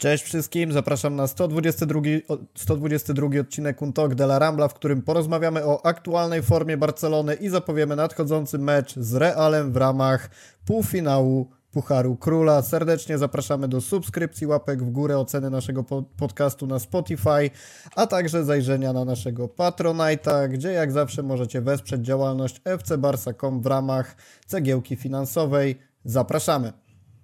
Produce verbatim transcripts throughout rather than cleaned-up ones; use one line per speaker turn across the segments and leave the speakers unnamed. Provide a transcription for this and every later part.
Cześć wszystkim, zapraszam na sto dwudziesty drugi, sto dwudziesty drugi odcinek Un Talk de la Rambla, w którym porozmawiamy o aktualnej formie Barcelony i zapowiemy nadchodzący mecz z Realem w ramach półfinału Pucharu Króla. Serdecznie zapraszamy do subskrypcji, łapek w górę, oceny naszego po- podcastu na Spotify, a także zajrzenia na naszego Patronite'a, gdzie jak zawsze możecie wesprzeć działalność F C Barca kropka com w ramach cegiełki finansowej. Zapraszamy!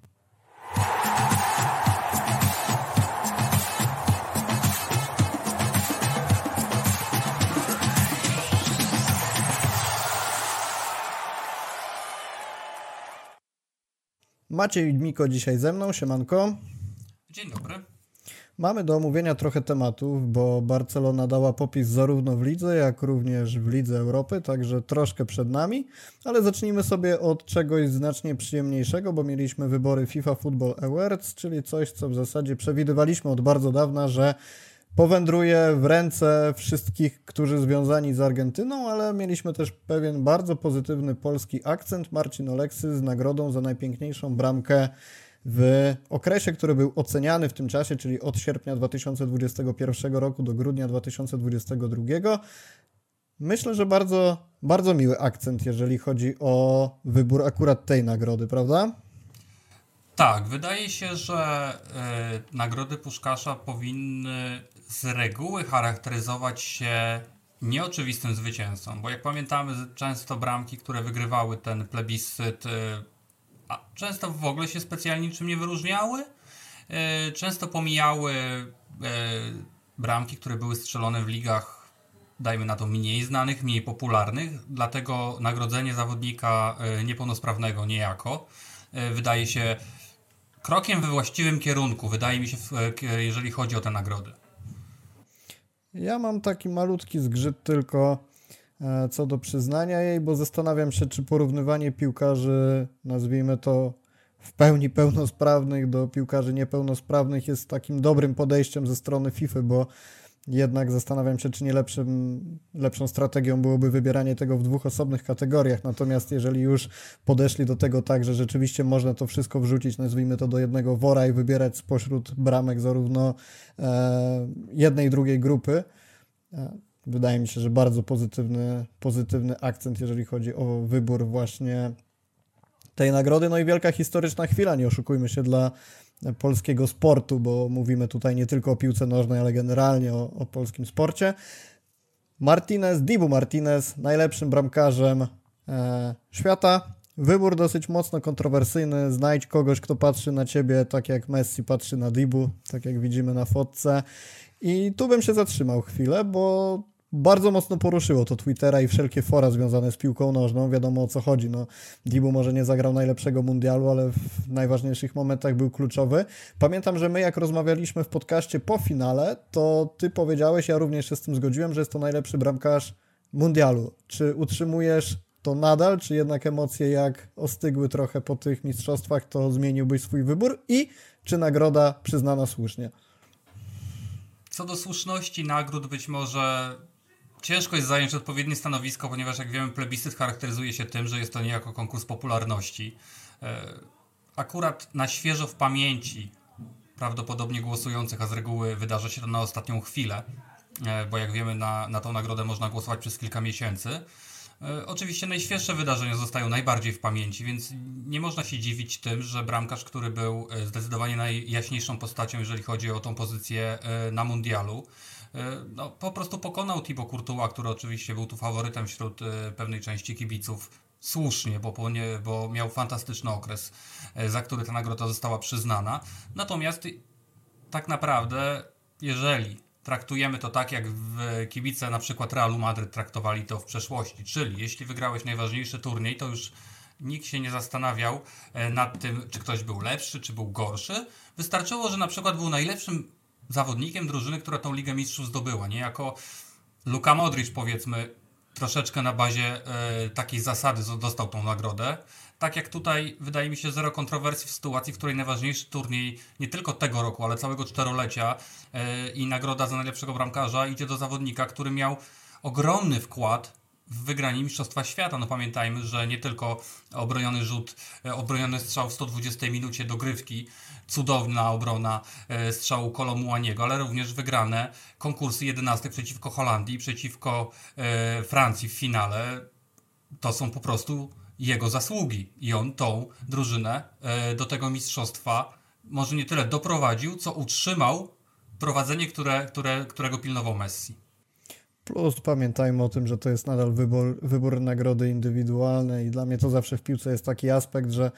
Maciej Miko dzisiaj ze mną, siemanko.
Dzień dobry.
Mamy do omówienia trochę tematów, bo Barcelona dała popis zarówno w lidze, jak również w Lidze Europy, także troszkę przed nami, ale zacznijmy sobie od czegoś znacznie przyjemniejszego, bo mieliśmy wybory FIFA Football Awards, czyli coś, co w zasadzie przewidywaliśmy od bardzo dawna, że powędruje w ręce wszystkich, którzy związani z Argentyną, ale mieliśmy też pewien bardzo pozytywny polski akcent. Marcin Oleksy z nagrodą za najpiękniejszą bramkę w okresie, który był oceniany w tym czasie, czyli od sierpnia dwa tysiące dwudziestego pierwszego roku do grudnia dwa tysiące dwudziestego drugiego. Myślę, że bardzo, bardzo miły akcent, jeżeli chodzi o wybór akurat tej nagrody, prawda?
Tak, wydaje się, że y, nagrody Puskasza powinny z reguły charakteryzować się nieoczywistym zwycięstwem, bo jak pamiętamy, często bramki, które wygrywały ten plebiscyt, y, a często w ogóle się specjalnie niczym nie wyróżniały, y, często pomijały y, bramki, które były strzelone w ligach, dajmy na to, mniej znanych, mniej popularnych, dlatego nagrodzenie zawodnika y, niepełnosprawnego niejako y, wydaje się krokiem we właściwym kierunku, wydaje mi się, jeżeli chodzi o te nagrody.
Ja mam taki malutki zgrzyt tylko e, co do przyznania jej, bo zastanawiam się, czy porównywanie piłkarzy, nazwijmy to w pełni pełnosprawnych do piłkarzy niepełnosprawnych jest takim dobrym podejściem ze strony FIFA, bo jednak zastanawiam się, czy nie lepszym, lepszą strategią byłoby wybieranie tego w dwóch osobnych kategoriach. Natomiast jeżeli już podeszli do tego tak, że rzeczywiście można to wszystko wrzucić, nazwijmy to do jednego wora i wybierać spośród bramek zarówno e, jednej i drugiej grupy, e, wydaje mi się, że bardzo pozytywny, pozytywny akcent, jeżeli chodzi o wybór właśnie tej nagrody. No i wielka historyczna chwila, nie oszukujmy się, dla polskiego sportu, bo mówimy tutaj nie tylko o piłce nożnej, ale generalnie o, o polskim sporcie. Martinez, Dibu Martinez, najlepszym bramkarzem e, świata. Wybór dosyć mocno kontrowersyjny. Znajdź kogoś, kto patrzy na ciebie tak jak Messi patrzy na Dibu, tak jak widzimy na fotce. I tu bym się zatrzymał chwilę, bo bardzo mocno poruszyło to Twittera i wszelkie fora związane z piłką nożną. Wiadomo, o co chodzi. No, Dibu może nie zagrał najlepszego mundialu, ale w najważniejszych momentach był kluczowy. Pamiętam, że my jak rozmawialiśmy w podcaście po finale, to ty powiedziałeś, ja również się z tym zgodziłem, że jest to najlepszy bramkarz mundialu. Czy utrzymujesz to nadal, czy jednak emocje jak ostygły trochę po tych mistrzostwach, to zmieniłbyś swój wybór i czy nagroda przyznana słusznie?
Co do słuszności nagród, być może ciężko jest zająć odpowiednie stanowisko, ponieważ jak wiemy, plebiscyt charakteryzuje się tym, że jest to niejako konkurs popularności. Akurat na świeżo w pamięci prawdopodobnie głosujących, a z reguły wydarza się to na ostatnią chwilę, bo jak wiemy, na, na tą nagrodę można głosować przez kilka miesięcy. Oczywiście najświeższe wydarzenia zostają najbardziej w pamięci, więc nie można się dziwić tym, że bramkarz, który był zdecydowanie najjaśniejszą postacią, jeżeli chodzi o tą pozycję na mundialu, no, po prostu pokonał Thibaut Courtois, który oczywiście był tu faworytem wśród pewnej części kibiców, słusznie, bo, bo miał fantastyczny okres, za który ta nagroda została przyznana. Natomiast tak naprawdę, jeżeli traktujemy to tak, jak w kibice na przykład Realu Madryt traktowali to w przeszłości, czyli jeśli wygrałeś najważniejszy turniej, to już nikt się nie zastanawiał nad tym, czy ktoś był lepszy, czy był gorszy. Wystarczyło, że na przykład był najlepszym zawodnikiem drużyny, która tą Ligę Mistrzów zdobyła. Niejako Luka Modric, powiedzmy, troszeczkę na bazie e, takiej zasady dostał tą nagrodę. Tak jak tutaj, wydaje mi się, zero kontrowersji w sytuacji, w której najważniejszy turniej nie tylko tego roku, ale całego czterolecia e, i nagroda za najlepszego bramkarza idzie do zawodnika, który miał ogromny wkład w wygraniu Mistrzostwa Świata. No pamiętajmy, że nie tylko obroniony rzut, obroniony strzał w sto dwudziestej minucie dogrywki, cudowna obrona e, strzału Kolo Muaniego, ale również wygrane konkursy jedenastek przeciwko Holandii, przeciwko e, Francji w finale. To są po prostu jego zasługi i on tą drużynę e, do tego mistrzostwa może nie tyle doprowadził, co utrzymał prowadzenie, które, które, którego pilnował Messi.
Plus pamiętajmy o tym, że to jest nadal wybór, wybór nagrody indywidualnej i dla mnie to zawsze w piłce jest taki aspekt, że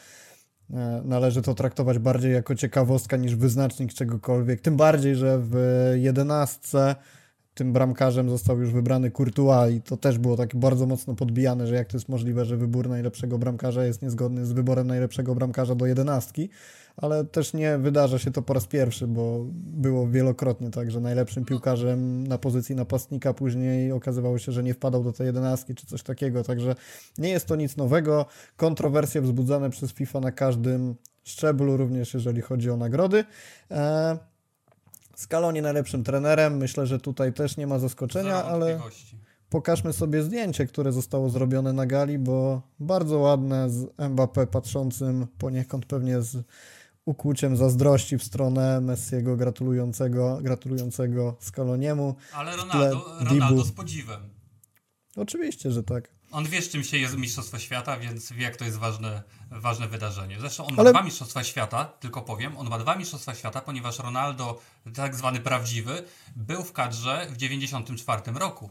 należy to traktować bardziej jako ciekawostka niż wyznacznik czegokolwiek. Tym bardziej, że w jedenastce tym bramkarzem został już wybrany Courtois i to też było tak bardzo mocno podbijane, że jak to jest możliwe, że wybór najlepszego bramkarza jest niezgodny z wyborem najlepszego bramkarza do jedenastki, ale też nie wydarza się to po raz pierwszy, bo było wielokrotnie tak, że najlepszym piłkarzem na pozycji napastnika później okazywało się, że nie wpadał do tej jedenastki czy coś takiego, także nie jest to nic nowego. Kontrowersje wzbudzane przez FIFA na każdym szczeblu, również jeżeli chodzi o nagrody. Eee, Scaloni najlepszym trenerem, myślę, że tutaj też nie ma zaskoczenia, ale pokażmy sobie zdjęcie, które zostało zrobione na gali, bo bardzo ładne z Mbappé patrzącym poniekąd pewnie z ukłuciem zazdrości w stronę Messiego, gratulującego, gratulującego Scaloniemu.
Ale Ronaldo, Ronaldo z podziwem.
Oczywiście, że tak.
On wie, z czym się jest Mistrzostwo Świata, więc wie, jak to jest ważne, ważne wydarzenie. Zresztą on
Ale...
ma dwa Mistrzostwa Świata, tylko powiem, on ma dwa Mistrzostwa Świata, ponieważ Ronaldo, tak zwany prawdziwy, był w kadrze w dziewięćdziesiątym czwartym roku.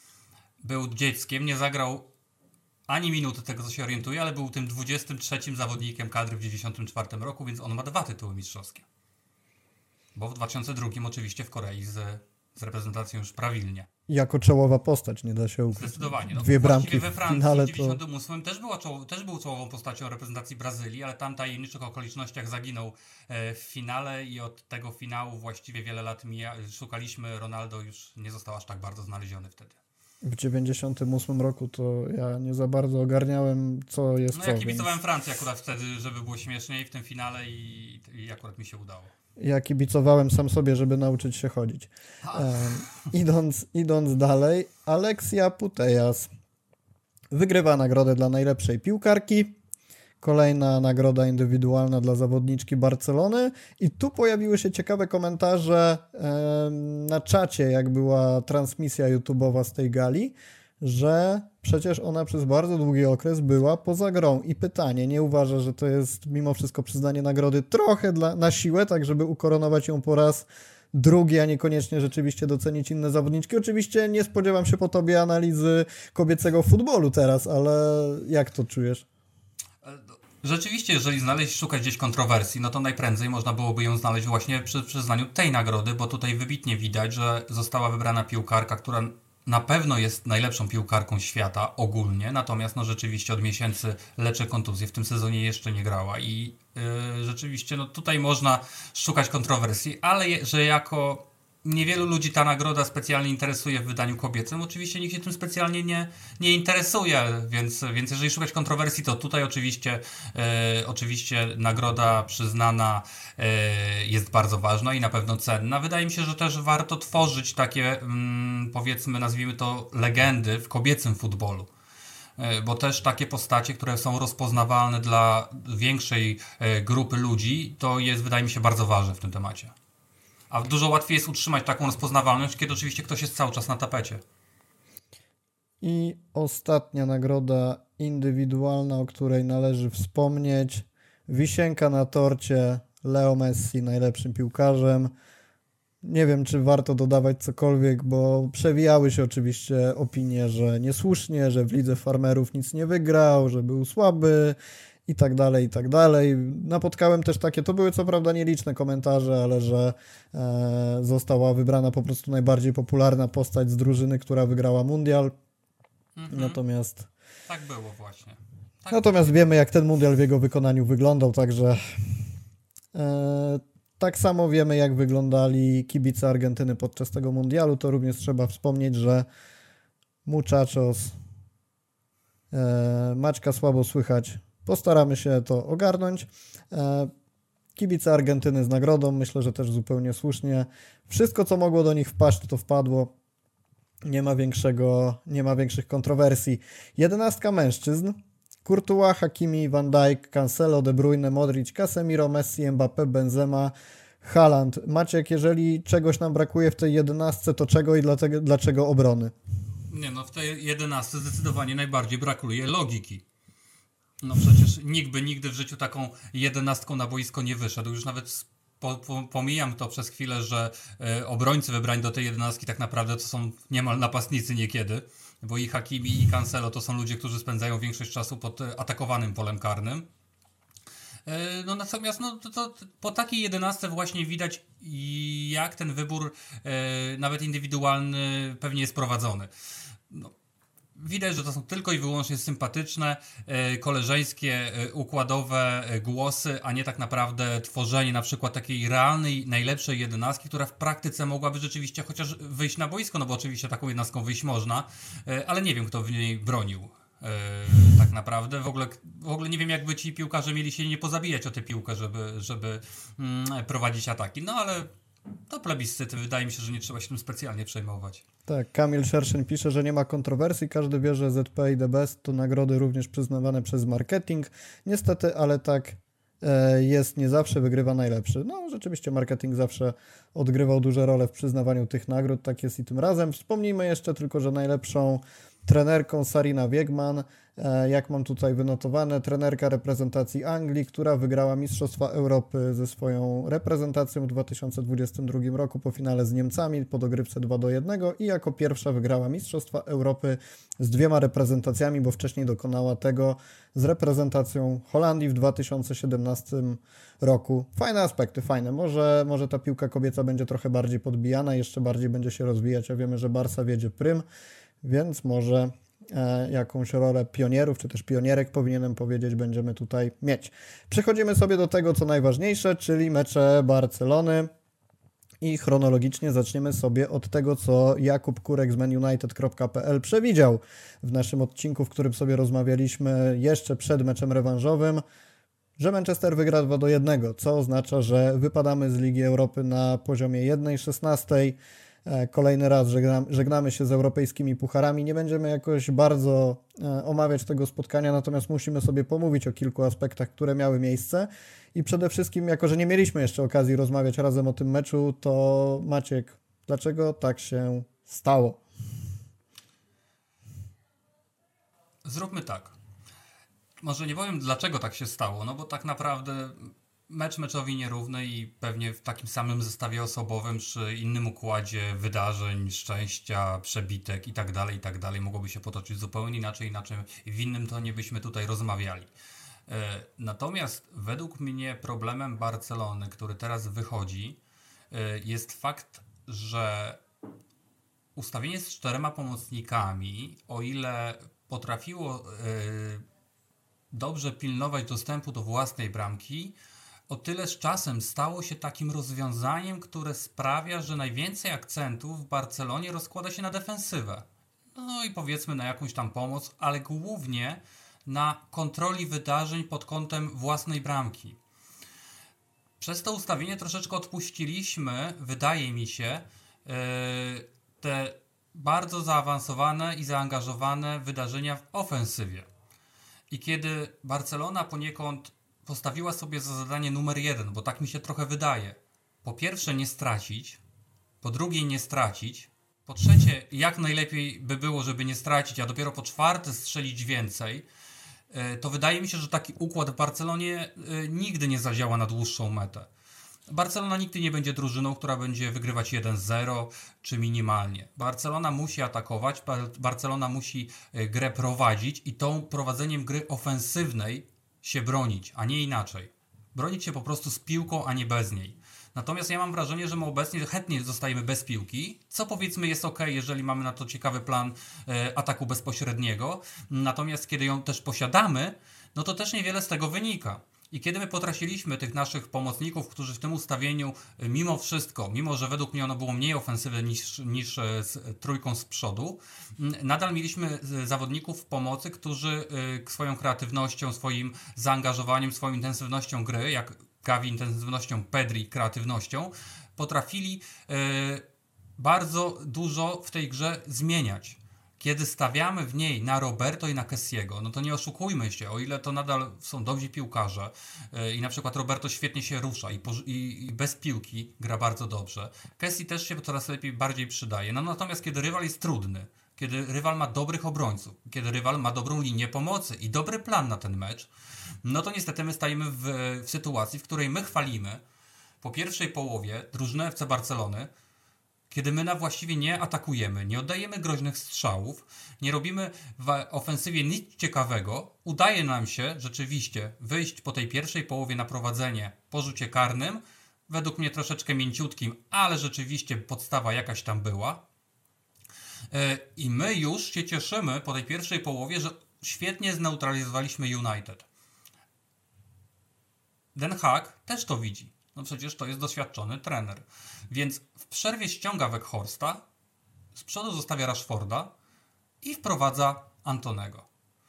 Był dzieckiem, nie zagrał ani minuty, tego co się orientuje, ale był tym dwudziestym trzecim zawodnikiem kadry w dziewięćdziesiątym czwartym roku, więc on ma dwa tytuły mistrzowskie. Bo w dwa tysiące drugim oczywiście w Korei z, z reprezentacją już prawilnie.
Jako czołowa postać, nie da się ukryć.
Zdecydowanie. No,
Dwie bramki
we Francji
w finale
w dziewięćdziesiątym ósmym
to...
też, była czoł, też był czołową postacią reprezentacji Brazylii, ale tam w tajemniczych okolicznościach zaginął e, w finale i od tego finału właściwie wiele lat mija, szukaliśmy. Ronaldo już nie został aż tak bardzo znaleziony wtedy.
W dziewięćdziesiątym ósmym roku to ja nie za bardzo ogarniałem, co jest
no,
co.
Ja kibicowałem
więc...
Francji akurat wtedy, żeby było śmieszniej w tym finale i, i akurat mi się udało.
Ja kibicowałem sam sobie, żeby nauczyć się chodzić. Um, idąc, idąc dalej, Alexia Putellas wygrywa nagrodę dla najlepszej piłkarki. Kolejna nagroda indywidualna dla zawodniczki Barcelony. I tu pojawiły się ciekawe komentarze um, na czacie, jak była transmisja YouTube'owa z tej gali, że przecież ona przez bardzo długi okres była poza grą. I pytanie, nie uważa, że to jest mimo wszystko przyznanie nagrody trochę dla, na siłę, tak żeby ukoronować ją po raz drugi, a niekoniecznie rzeczywiście docenić inne zawodniczki? Oczywiście nie spodziewam się po tobie analizy kobiecego futbolu teraz, ale jak to czujesz?
Rzeczywiście, jeżeli znaleźć, szukać gdzieś kontrowersji, no to najprędzej można byłoby ją znaleźć właśnie przy przyznaniu tej nagrody, bo tutaj wybitnie widać, że została wybrana piłkarka, która na pewno jest najlepszą piłkarką świata ogólnie, natomiast no rzeczywiście od miesięcy leczy kontuzję, w tym sezonie jeszcze nie grała i yy, rzeczywiście no tutaj można szukać kontrowersji, ale je, że jako niewielu ludzi ta nagroda specjalnie interesuje w wydaniu kobiecym, oczywiście nikt się tym specjalnie nie, nie interesuje, więc, więc jeżeli szukać kontrowersji, to tutaj oczywiście e, oczywiście nagroda przyznana e, jest bardzo ważna i na pewno cenna. Wydaje mi się, że też warto tworzyć takie mm, powiedzmy, nazwijmy to legendy w kobiecym futbolu. Bo też takie postacie, które są rozpoznawalne dla większej grupy ludzi, to jest, wydaje mi się, bardzo ważne w tym temacie. A dużo łatwiej jest utrzymać taką rozpoznawalność, kiedy oczywiście ktoś jest cały czas na tapecie.
I ostatnia nagroda indywidualna, o której należy wspomnieć. Wisienka na torcie, Leo Messi najlepszym piłkarzem. Nie wiem, czy warto dodawać cokolwiek, bo przewijały się oczywiście opinie, że niesłusznie, że w Lidze Farmerów nic nie wygrał, że był słaby i tak dalej, i tak dalej. Napotkałem też takie, to były co prawda nieliczne komentarze, ale że e, została wybrana po prostu najbardziej popularna postać z drużyny, która wygrała mundial. Mhm. Natomiast...
Tak było właśnie. Tak
natomiast było. Wiemy, jak ten mundial w jego wykonaniu wyglądał, także... E, tak samo wiemy, jak wyglądali kibice Argentyny podczas tego mundialu. To również trzeba wspomnieć, że muchachos, e, Maćka słabo słychać. Postaramy się to ogarnąć. E, kibice Argentyny z nagrodą, myślę, że też zupełnie słusznie. Wszystko, co mogło do nich wpaść, to wpadło. Nie ma większego, nie ma większych kontrowersji. Jedenastka mężczyzn. Courtois, Hakimi, Van Dijk, Cancelo, De Bruyne, Modric, Casemiro, Messi, Mbappé, Benzema, Haaland. Maciek, jeżeli czegoś nam brakuje w tej jedenastce, to czego i dlatego, dlaczego obrony?
Nie no, w tej jedenastce zdecydowanie najbardziej brakuje logiki. No przecież nikt by nigdy w życiu taką jedenastką na boisko nie wyszedł. Już nawet po, po, pomijam to przez chwilę, że e, obrońcy wybrani do tej jedenastki tak naprawdę to są niemal napastnicy niekiedy, bo i Hakimi i Cancelo to są ludzie, którzy spędzają większość czasu pod atakowanym polem karnym. E, no natomiast no, to, to, po takiej jedenastce właśnie widać, jak ten wybór e, nawet indywidualny pewnie jest prowadzony. No. Widać, że to są tylko i wyłącznie sympatyczne, e, koleżeńskie, e, układowe e, głosy, a nie tak naprawdę tworzenie na przykład takiej realnej, najlepszej jedenastki, która w praktyce mogłaby rzeczywiście chociaż wyjść na boisko, no bo oczywiście taką jedenastką wyjść można, e, ale nie wiem, kto w niej bronił. e, tak naprawdę. W ogóle, w ogóle nie wiem, jakby ci piłkarze mieli się nie pozabijać o tę piłkę, żeby, żeby mm, prowadzić ataki, no ale to plebiscyty, wydaje mi się, że nie trzeba się tym specjalnie przejmować.
Tak, Kamil Szerszyn pisze, że nie ma kontrowersji, każdy wie, że Z P i The Best to nagrody również przyznawane przez marketing. Niestety, ale tak e, jest nie zawsze, wygrywa najlepszy. No rzeczywiście marketing zawsze odgrywał duże role w przyznawaniu tych nagród, tak jest i tym razem. Wspomnijmy jeszcze tylko, że najlepszą trenerką Sarina Wiegman, e, jak mam tutaj wynotowane, trenerka reprezentacji Anglii, która wygrała Mistrzostwa Europy ze swoją reprezentacją w dwa tysiące dwudziestym drugim roku po finale z Niemcami po dogrywce dwa do jednego i jako pierwsza wygrała Mistrzostwa Europy z dwiema reprezentacjami, bo wcześniej dokonała tego z reprezentacją Holandii w dwa tysiące siedemnastym roku. Fajne aspekty, fajne. Może, może ta piłka kobieca będzie trochę bardziej podbijana, jeszcze bardziej będzie się rozwijać, a wiemy, że Barca wiedzie prym, więc może e, jakąś rolę pionierów, czy też pionierek, powinienem powiedzieć, będziemy tutaj mieć. Przechodzimy sobie do tego, co najważniejsze, czyli mecze Barcelony i chronologicznie zaczniemy sobie od tego, co Jakub Kurek z man united kropka p l przewidział w naszym odcinku, w którym sobie rozmawialiśmy jeszcze przed meczem rewanżowym, że Manchester wygra dwa do jednego, co oznacza, że wypadamy z Ligi Europy na poziomie jeden szesnaście. Kolejny raz żegnam, żegnamy się z europejskimi pucharami. Nie będziemy jakoś bardzo e, omawiać tego spotkania, natomiast musimy sobie pomówić o kilku aspektach, które miały miejsce. I przede wszystkim, jako że nie mieliśmy jeszcze okazji rozmawiać razem o tym meczu, to Maciek, dlaczego tak się stało?
Zróbmy tak. Może nie powiem, dlaczego tak się stało, no bo tak naprawdę mecz meczowi nierówny i pewnie w takim samym zestawie osobowym, przy innym układzie wydarzeń, szczęścia, przebitek i tak dalej, i tak dalej, mogłoby się potoczyć zupełnie inaczej, inaczej w innym tonie byśmy tutaj rozmawiali. Natomiast według mnie problemem Barcelony, który teraz wychodzi, jest fakt, że ustawienie z czterema pomocnikami, o ile potrafiło dobrze pilnować dostępu do własnej bramki, o tyle z czasem stało się takim rozwiązaniem, które sprawia, że najwięcej akcentów w Barcelonie rozkłada się na defensywę. No i powiedzmy na jakąś tam pomoc, ale głównie na kontroli wydarzeń pod kątem własnej bramki. Przez to ustawienie troszeczkę odpuściliśmy, wydaje mi się, te bardzo zaawansowane i zaangażowane wydarzenia w ofensywie. I kiedy Barcelona poniekąd postawiła sobie za zadanie numer jeden, bo tak mi się trochę wydaje, po pierwsze nie stracić, po drugie nie stracić, po trzecie jak najlepiej by było, żeby nie stracić, a dopiero po czwarte strzelić więcej, to wydaje mi się, że taki układ w Barcelonie nigdy nie zadziała na dłuższą metę. Barcelona nigdy nie będzie drużyną, która będzie wygrywać jeden zero czy minimalnie. Barcelona musi atakować, Barcelona musi grę prowadzić i tą prowadzeniem gry ofensywnej się bronić, a nie inaczej. Bronić się po prostu z piłką, a nie bez niej. Natomiast ja mam wrażenie, że my obecnie chętnie zostajemy bez piłki, co powiedzmy jest ok, jeżeli mamy na to ciekawy plan e, ataku bezpośredniego. Natomiast kiedy ją też posiadamy, no to też niewiele z tego wynika. I kiedy my potraciliśmy tych naszych pomocników, którzy w tym ustawieniu mimo wszystko, mimo że według mnie ono było mniej ofensywne niż, niż z trójką z przodu, nadal mieliśmy zawodników pomocy, którzy swoją kreatywnością, swoim zaangażowaniem, swoją intensywnością gry, jak Gavi intensywnością, Pedri kreatywnością, potrafili bardzo dużo w tej grze zmieniać. Kiedy stawiamy w niej na Roberto i na Kessiego, no to nie oszukujmy się, o ile to nadal są dobrzy piłkarze yy, i na przykład Roberto świetnie się rusza i, i, i bez piłki gra bardzo dobrze. Kessie też się coraz lepiej, bardziej przydaje. No natomiast kiedy rywal jest trudny, kiedy rywal ma dobrych obrońców, kiedy rywal ma dobrą linię pomocy i dobry plan na ten mecz, no to niestety my stajemy w, w sytuacji, w której my chwalimy po pierwszej połowie drużynę F C Barcelony, kiedy my na właściwie nie atakujemy, nie oddajemy groźnych strzałów, nie robimy w ofensywie nic ciekawego, udaje nam się rzeczywiście wyjść po tej pierwszej połowie na prowadzenie po rzucie karnym, według mnie troszeczkę mięciutkim, ale rzeczywiście podstawa jakaś tam była. I my już się cieszymy po tej pierwszej połowie, że świetnie zneutralizowaliśmy United. Den Haag też to widzi. No przecież to jest doświadczony trener. Więc w przerwie ściąga Weghorsta, z przodu zostawia Rashforda i wprowadza Antonego.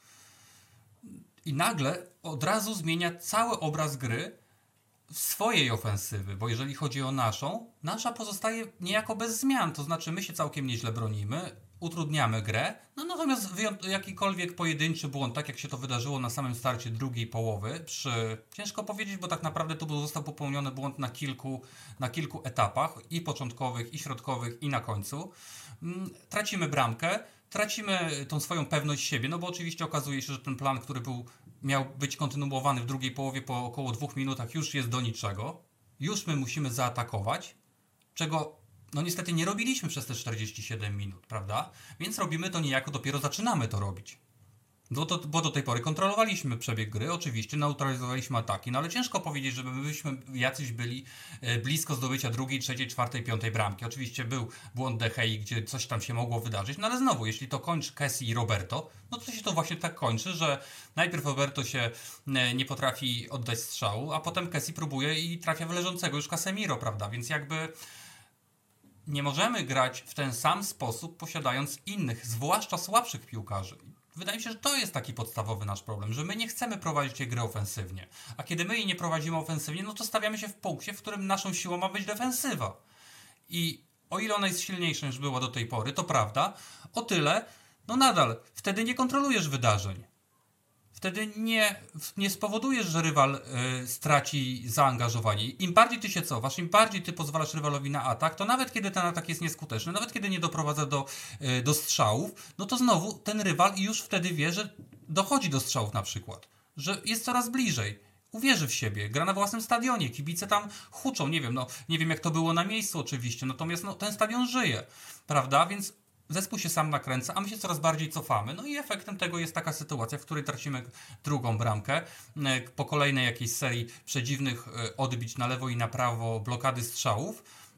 I nagle od razu zmienia cały obraz gry w swojej ofensywy, bo jeżeli chodzi o naszą, nasza pozostaje niejako bez zmian, to znaczy my się całkiem nieźle bronimy, utrudniamy grę, no natomiast wyjąt- jakikolwiek pojedynczy błąd, tak jak się to wydarzyło na samym starcie drugiej połowy, przy, ciężko powiedzieć, bo tak naprawdę tu został popełniony błąd na kilku, na kilku etapach, i początkowych, i środkowych, i na końcu. Mm, tracimy bramkę, tracimy tą swoją pewność siebie, no bo oczywiście okazuje się, że ten plan, który był, miał być kontynuowany w drugiej połowie po około dwóch minutach, już jest do niczego. Już my musimy zaatakować, czego no niestety nie robiliśmy przez te czterdzieści siedem minut, prawda? Więc robimy to niejako, dopiero zaczynamy to robić. Bo, to, bo do tej pory kontrolowaliśmy przebieg gry, oczywiście neutralizowaliśmy ataki, no ale ciężko powiedzieć, żeby my byśmy jacyś byli blisko zdobycia drugiej, trzeciej, czwartej, piątej bramki. Oczywiście był błąd De Gei, gdzie coś tam się mogło wydarzyć, no ale znowu, jeśli to kończy Kessie i Roberto, no to się to właśnie tak kończy, że najpierw Roberto się nie potrafi oddać strzału, a potem Kessie próbuje i trafia w leżącego już Casemiro, prawda? Więc jakby nie możemy grać w ten sam sposób, posiadając innych, zwłaszcza słabszych piłkarzy. Wydaje mi się, że to jest taki podstawowy nasz problem, że my nie chcemy prowadzić tej gry ofensywnie. A kiedy my jej nie prowadzimy ofensywnie, no to stawiamy się w punkcie, w którym naszą siłą ma być defensywa. I o ile ona jest silniejsza niż była do tej pory, to prawda, o tyle, no nadal, wtedy nie kontrolujesz wydarzeń. Wtedy nie, nie spowodujesz, że rywal y, straci zaangażowanie. Im bardziej ty się cofasz, im bardziej ty pozwalasz rywalowi na atak, to nawet kiedy ten atak jest nieskuteczny, nawet kiedy nie doprowadza do, y, do strzałów, no to znowu ten rywal już wtedy wie, że dochodzi do strzałów na przykład. Że jest coraz bliżej. Uwierzy w siebie, gra na własnym stadionie, kibice tam huczą, nie wiem, no nie wiem jak to było na miejscu oczywiście, natomiast no, ten stadion żyje, prawda, więc zespół się sam nakręca, a my się coraz bardziej cofamy. No i efektem tego jest taka sytuacja, w której tracimy drugą bramkę. Po kolejnej jakiejś serii przedziwnych odbić na lewo i na prawo, blokady strzałów.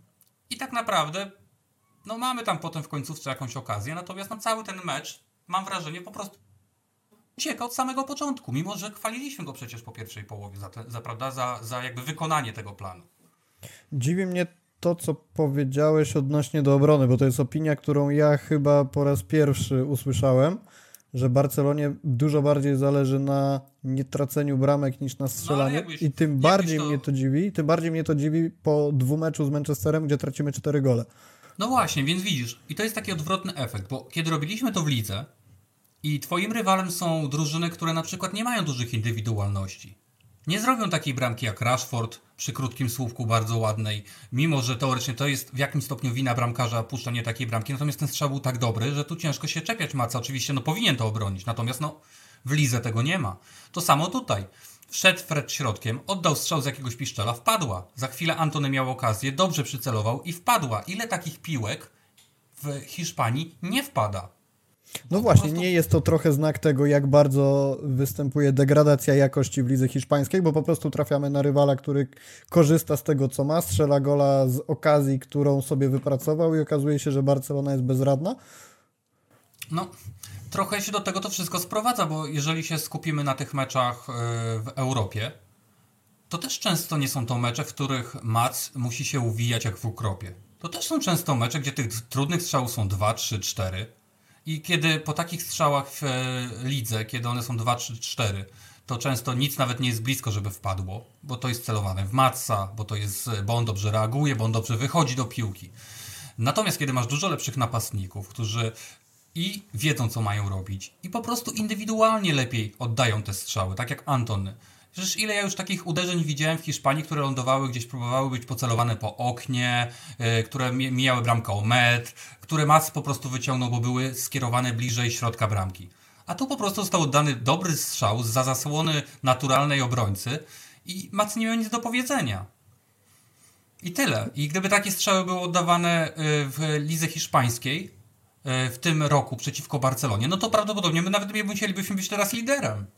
I tak naprawdę no mamy tam potem w końcówce jakąś okazję. Natomiast no cały ten mecz, mam wrażenie, po prostu ucieka od samego początku. Mimo że chwaliliśmy go przecież po pierwszej połowie za, te, za, prawda, za, za jakby wykonanie tego planu.
Dziwi mnie to, co powiedziałeś odnośnie do obrony, bo to jest opinia, którą ja chyba po raz pierwszy usłyszałem, że Barcelonie dużo bardziej zależy na nietraceniu bramek niż na strzelaniu. No, jakbyś, i tym bardziej to... mnie to dziwi, tym bardziej mnie to dziwi po dwumeczu z Manchesterem, gdzie tracimy cztery gole.
No właśnie, więc widzisz, i to jest taki odwrotny efekt, bo kiedy robiliśmy to w lidze i twoim rywalem są drużyny, które na przykład nie mają dużych indywidualności, nie zrobią takiej bramki jak Rashford przy krótkim słupku bardzo ładnej, mimo że teoretycznie to jest w jakimś stopniu wina bramkarza puszczanie takiej bramki, natomiast ten strzał był tak dobry, że tu ciężko się czepiać Maca, oczywiście no powinien to obronić, natomiast no w lidze tego nie ma. To samo tutaj. Wszedł Fred środkiem, oddał strzał z jakiegoś piszczela, wpadła. Za chwilę Antony miał okazję, dobrze przycelował i wpadła. Ile takich piłek w Hiszpanii nie wpada?
No właśnie, prostu... nie jest to trochę znak tego, jak bardzo występuje degradacja jakości w lidze hiszpańskiej, bo po prostu trafiamy na rywala, który korzysta z tego, co ma, strzela gola z okazji, którą sobie wypracował i okazuje się, że Barcelona jest bezradna?
No, trochę się do tego to wszystko sprowadza, bo jeżeli się skupimy na tych meczach w Europie, to też często nie są to mecze, w których Mac musi się uwijać jak w ukropie. To też są często mecze, gdzie tych trudnych strzałów są dwa, trzy, cztery. I kiedy po takich strzałach w lidze, kiedy one są dwa, trzy, cztery, to często nic nawet nie jest blisko, żeby wpadło, bo to jest celowane w Matsa, bo to jest, bo on dobrze reaguje, bo on dobrze wychodzi do piłki. Natomiast kiedy masz dużo lepszych napastników, którzy i wiedzą, co mają robić, i po prostu indywidualnie lepiej oddają te strzały, tak jak Antony. Przecież ile ja już takich uderzeń widziałem w Hiszpanii, które lądowały gdzieś, próbowały być pocelowane po oknie, yy, które mijały bramkę o metr, które Mac po prostu wyciągnął, bo były skierowane bliżej środka bramki. A tu po prostu został oddany dobry strzał zza zasłony naturalnej obrońcy i Mac nie miał nic do powiedzenia. I tyle. I gdyby takie strzały były oddawane w lidze hiszpańskiej w tym roku przeciwko Barcelonie, no to prawdopodobnie my nawet nie musielibyśmy być teraz liderem.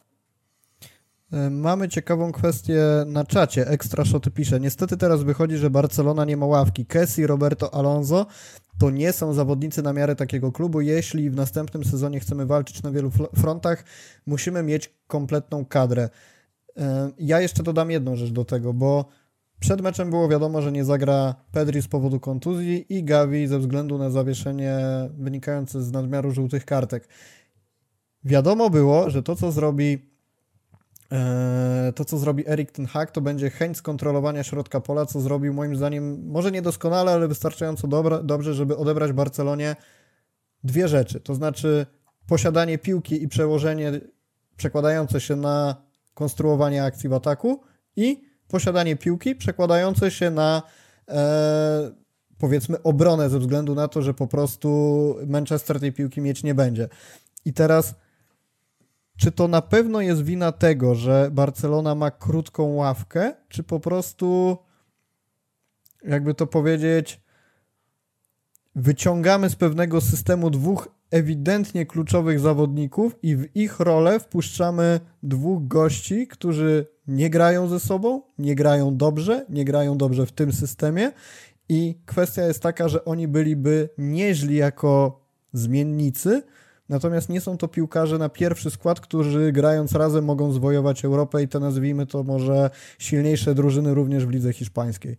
Mamy ciekawą kwestię na czacie. Extra Shoty pisze: niestety teraz wychodzi, że Barcelona nie ma ławki. Kessi, Roberto, Alonso to nie są zawodnicy na miarę takiego klubu. Jeśli w następnym sezonie chcemy walczyć na wielu frontach, musimy mieć kompletną kadrę. Ja jeszcze dodam jedną rzecz do tego, bo przed meczem było wiadomo, że nie zagra Pedri z powodu kontuzji i Gavi ze względu na zawieszenie wynikające z nadmiaru żółtych kartek. Wiadomo było, że to, co zrobi to, co zrobi Erik ten Hag, to będzie chęć skontrolowania środka pola, co zrobił moim zdaniem może niedoskonale, ale wystarczająco dobra, dobrze, żeby odebrać Barcelonie dwie rzeczy. To znaczy posiadanie piłki i przełożenie przekładające się na konstruowanie akcji w ataku i posiadanie piłki przekładające się na e, powiedzmy obronę ze względu na to, że po prostu Manchester tej piłki mieć nie będzie. I teraz czy to na pewno jest wina tego, że Barcelona ma krótką ławkę, czy po prostu, jakby to powiedzieć, wyciągamy z pewnego systemu dwóch ewidentnie kluczowych zawodników i w ich rolę wpuszczamy dwóch gości, którzy nie grają ze sobą, nie grają dobrze, nie grają dobrze w tym systemie i kwestia jest taka, że oni byliby nieźli jako zmiennicy, natomiast nie są to piłkarze na pierwszy skład, którzy grając razem mogą zwojować Europę i te, nazwijmy to, może silniejsze drużyny również w lidze hiszpańskiej.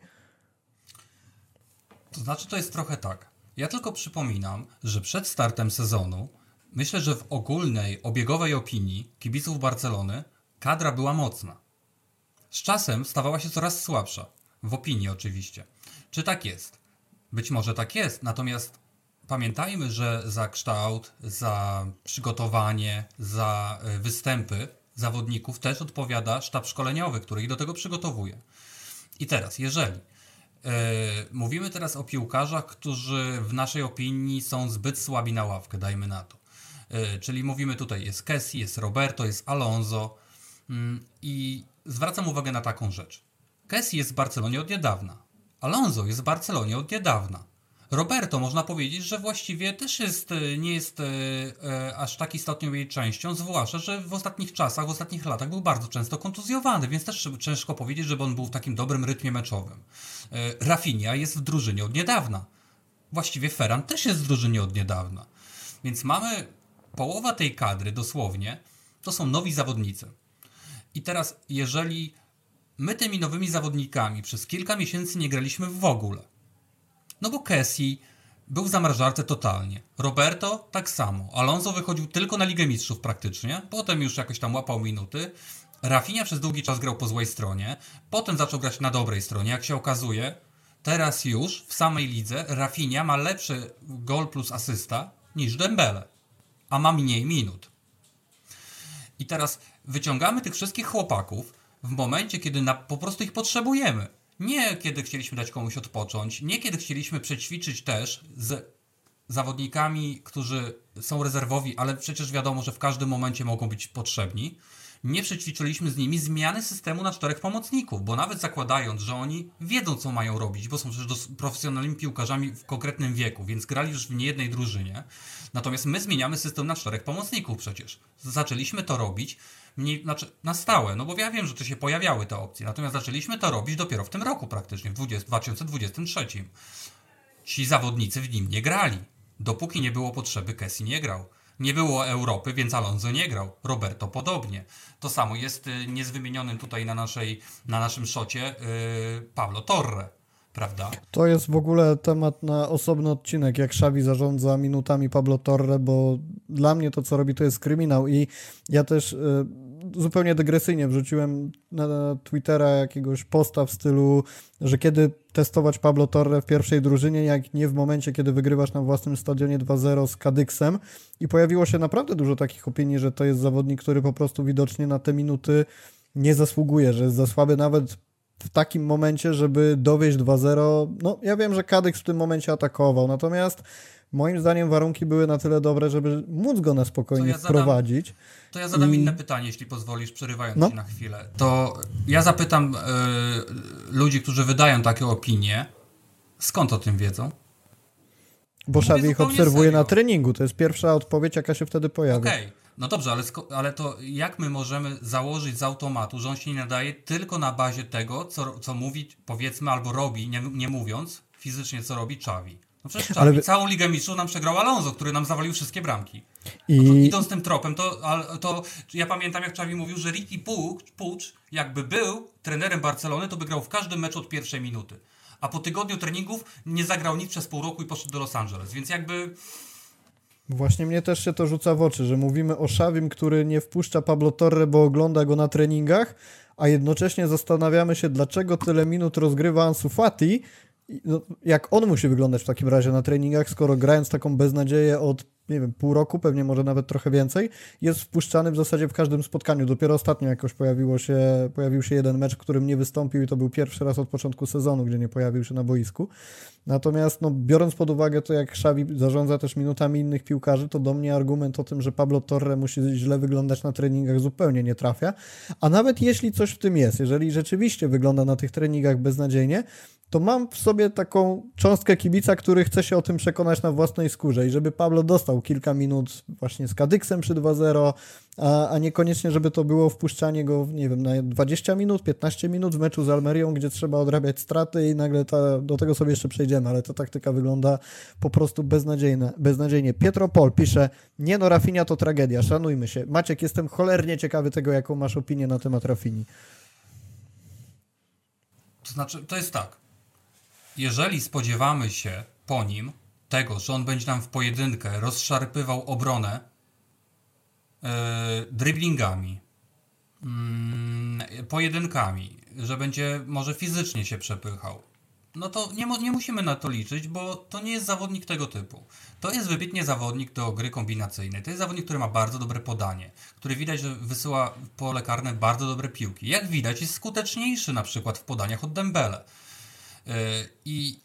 To znaczy, to jest trochę tak. Ja tylko przypominam, że przed startem sezonu myślę, że w ogólnej, obiegowej opinii kibiców Barcelony kadra była mocna. Z czasem stawała się coraz słabsza. W opinii oczywiście. Czy tak jest? Być może tak jest, natomiast pamiętajmy, że za kształt, za przygotowanie, za występy zawodników też odpowiada sztab szkoleniowy, który ich do tego przygotowuje. I teraz, jeżeli yy, mówimy teraz o piłkarzach, którzy w naszej opinii są zbyt słabi na ławkę, dajmy na to. Yy, czyli mówimy tutaj, jest Kessi, jest Roberto, jest Alonso yy, i zwracam uwagę na taką rzecz. Kessi jest w Barcelonie od niedawna. Alonso jest w Barcelonie od niedawna. Roberto, można powiedzieć, że właściwie też jest, nie jest e, e, aż tak istotną jej częścią, zwłaszcza, że w ostatnich czasach, w ostatnich latach był bardzo często kontuzjowany, więc też ciężko powiedzieć, żeby on był w takim dobrym rytmie meczowym. E, Rafinha jest w drużynie od niedawna. Właściwie Ferran też jest w drużynie od niedawna. Więc mamy połowa tej kadry dosłownie, to są nowi zawodnicy. I teraz, jeżeli my tymi nowymi zawodnikami przez kilka miesięcy nie graliśmy w ogóle, no bo Kessi był w zamrażarce totalnie. Roberto tak samo. Alonso wychodził tylko na Ligę Mistrzów praktycznie. Potem już jakoś tam łapał minuty. Rafinha przez długi czas grał po złej stronie. Potem zaczął grać na dobrej stronie. Jak się okazuje, teraz już w samej lidze Rafinha ma lepszy gol plus asysta niż Dembele. A ma mniej minut. I teraz wyciągamy tych wszystkich chłopaków w momencie, kiedy na, po prostu ich potrzebujemy. Nie kiedy chcieliśmy dać komuś odpocząć, nie kiedy chcieliśmy przećwiczyć też z zawodnikami, którzy są rezerwowi, ale przecież wiadomo, że w każdym momencie mogą być potrzebni. Nie przećwiczyliśmy z nimi zmiany systemu na czterech pomocników, bo nawet zakładając, że oni wiedzą, co mają robić, bo są przecież profesjonalnymi piłkarzami w konkretnym wieku, więc grali już w niejednej drużynie. Natomiast my zmieniamy system na czterech pomocników przecież. Zaczęliśmy to robić mniej, znaczy na stałe, no bo ja wiem, że to się pojawiały te opcje, natomiast zaczęliśmy to robić dopiero w tym roku praktycznie, w dwa tysiące dwudziestym trzecim. Ci zawodnicy w nim nie grali. Dopóki nie było potrzeby, Kessi nie grał. Nie było Europy, więc Alonso nie grał. Roberto podobnie. To samo jest y, nie z wymienionym tutaj na, naszej, na naszym szocie y, Pablo Torre, prawda?
To jest w ogóle temat na osobny odcinek, jak Xavi zarządza minutami Pablo Torre, bo dla mnie to, co robi, to jest kryminał i ja też y, zupełnie dygresyjnie wrzuciłem na Twittera jakiegoś posta w stylu, że kiedy testować Pablo Torre w pierwszej drużynie, jak nie w momencie, kiedy wygrywasz na własnym stadionie dwa zero z Kadyksem i pojawiło się naprawdę dużo takich opinii, że to jest zawodnik, który po prostu widocznie na te minuty nie zasługuje, że jest za słaby nawet w takim momencie, żeby dowieść dwa zero. No ja wiem, że Kadyks w tym momencie atakował, natomiast moim zdaniem warunki były na tyle dobre, żeby móc go na spokojnie ja wprowadzić.
Zadam, to ja zadam
I...
inne pytanie, jeśli pozwolisz, przerywając
no.
ci na chwilę. To ja zapytam y, ludzi, którzy wydają takie opinie, skąd o tym wiedzą?
Bo Xavi ich obserwuje serio. Na treningu. To jest pierwsza odpowiedź, jaka się wtedy pojawia.
Okej, okay. No dobrze, ale, ale to jak my możemy założyć z automatu, że on się nie nadaje tylko na bazie tego, co, co mówi, powiedzmy, albo robi, nie, nie mówiąc fizycznie, co robi Xavi. No przecież Xavi ale... całą Ligę Mistrzów nam przegrał Alonso, który nam zawalił wszystkie bramki. I... No to idąc tym tropem, to, to ja pamiętam, jak Xavi mówił, że Riqui Puig, jakby był trenerem Barcelony, to by grał w każdym meczu od pierwszej minuty. A po tygodniu treningów nie zagrał nic przez pół roku i poszedł do Los Angeles, więc jakby...
Właśnie mnie też się to rzuca w oczy, że mówimy o Xavim, który nie wpuszcza Pablo Torre, bo ogląda go na treningach, a jednocześnie zastanawiamy się, dlaczego tyle minut rozgrywa Ansu Fati, no, jak on musi wyglądać w takim razie na treningach, skoro grając taką beznadzieję od, nie wiem, pół roku, pewnie może nawet trochę więcej, jest wpuszczany w zasadzie w każdym spotkaniu. Dopiero ostatnio jakoś pojawiło się, pojawił się jeden mecz, w którym nie wystąpił i to był pierwszy raz od początku sezonu, gdzie nie pojawił się na boisku. Natomiast no, biorąc pod uwagę to, jak Xavi zarządza też minutami innych piłkarzy, to do mnie argument o tym, że Pablo Torre musi źle wyglądać na treningach, zupełnie nie trafia. A nawet jeśli coś w tym jest, jeżeli rzeczywiście wygląda na tych treningach beznadziejnie, to mam w sobie taką cząstkę kibica, który chce się o tym przekonać na własnej skórze i żeby Pablo dostał kilka minut właśnie z Kadyksem przy dwa zero, a, a niekoniecznie, żeby to było wpuszczanie go, nie wiem, na dwadzieścia minut, piętnaście minut w meczu z Almerią, gdzie trzeba odrabiać straty i nagle ta, do tego sobie jeszcze przejdziemy, ale ta taktyka wygląda po prostu beznadziejna, beznadziejnie. Pietro Pol pisze, nie no, Rafinha to tragedia, szanujmy się. Maciek, jestem cholernie ciekawy tego, jaką masz opinię na temat Rafinhi.
To znaczy, to jest tak. Jeżeli spodziewamy się po nim tego, że on będzie nam w pojedynkę rozszarpywał obronę yy, driblingami, yy, pojedynkami, że będzie może fizycznie się przepychał, no to nie, nie musimy na to liczyć, bo to nie jest zawodnik tego typu. To jest wybitnie zawodnik do gry kombinacyjnej. To jest zawodnik, który ma bardzo dobre podanie, który widać, że wysyła w pole karne bardzo dobre piłki. Jak widać, jest skuteczniejszy na przykład w podaniach od Dembele. I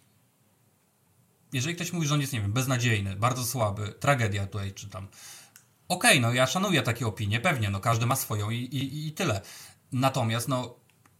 jeżeli ktoś mówi, że on jest, nie wiem, beznadziejny, bardzo słaby, tragedia tutaj czytam. Okej, okay, no ja szanuję takie opinie, pewnie, no każdy ma swoją i, i, i tyle. Natomiast, no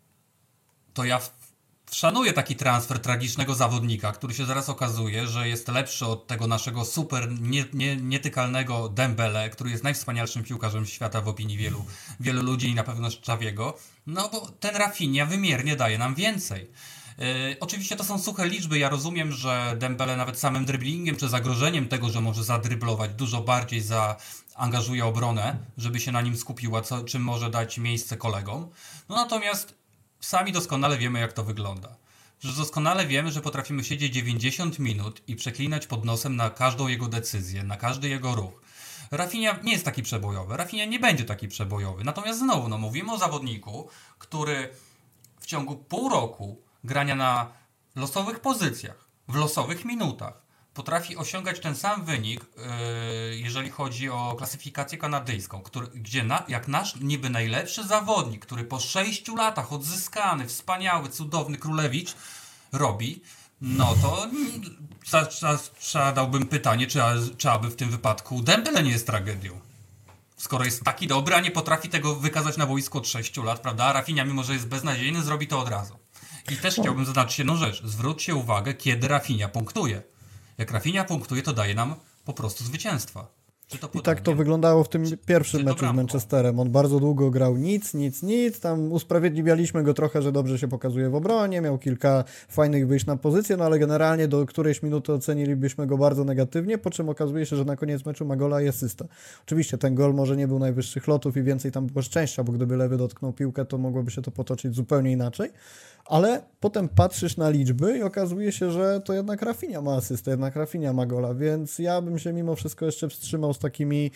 to ja szanuję taki transfer tragicznego zawodnika, który się zaraz okazuje, że jest lepszy od tego naszego super nie, nie, nietykalnego Dembele, który jest najwspanialszym piłkarzem świata w opinii wielu, wielu ludzi i na pewno Xaviego. No bo ten Rafinha wymiernie daje nam więcej. Yy, oczywiście to są suche liczby, ja rozumiem, że Dembele nawet samym driblingiem czy zagrożeniem tego, że może zadryblować, dużo bardziej zaangażuje obronę, żeby się na nim skupiła, co, czym może dać miejsce kolegom. No natomiast sami doskonale wiemy, jak to wygląda. Że doskonale wiemy, że potrafimy siedzieć dziewięćdziesiąt minut i przeklinać pod nosem na każdą jego decyzję, na każdy jego ruch. Rafinha nie jest taki przebojowy, Rafinha nie będzie taki przebojowy. Natomiast znowu, no mówimy o zawodniku, który w ciągu pół roku grania na losowych pozycjach, w losowych minutach, potrafi osiągać ten sam wynik, yy, jeżeli chodzi o klasyfikację kanadyjską, który, gdzie na, jak nasz niby najlepszy zawodnik, który po sześciu latach odzyskany, wspaniały, cudowny Królewicz robi, no to za, za, zadałbym pytanie, czy, czy aby w tym wypadku Dembele nie jest tragedią. Skoro jest taki dobry, a nie potrafi tego wykazać na boisku od sześciu lat, prawda? A Rafinha, mimo że jest beznadziejny, zrobi to od razu. I też chciałbym zaznaczyć jedną rzecz. Zwróćcie uwagę, kiedy Rafinha punktuje. Jak Rafinha punktuje, to daje nam po prostu zwycięstwa. Czy to
I tak to wyglądało w tym czy, pierwszym czy meczu z Manchesterem. On bardzo długo grał nic, nic, nic. Tam usprawiedliwialiśmy go trochę, że dobrze się pokazuje w obronie. Miał kilka fajnych wyjść na pozycję, no ale generalnie do którejś minuty ocenilibyśmy go bardzo negatywnie, po czym okazuje się, że na koniec meczu ma gola i asysta. Oczywiście ten gol może nie był najwyższych lotów i więcej tam było szczęścia, bo gdyby lewy dotknął piłkę, to mogłoby się to potoczyć zupełnie inaczej. Ale potem patrzysz na liczby i okazuje się, że to jednak Rafinha ma asystę, jednak Rafinha ma gola, więc ja bym się mimo wszystko jeszcze wstrzymał z takimi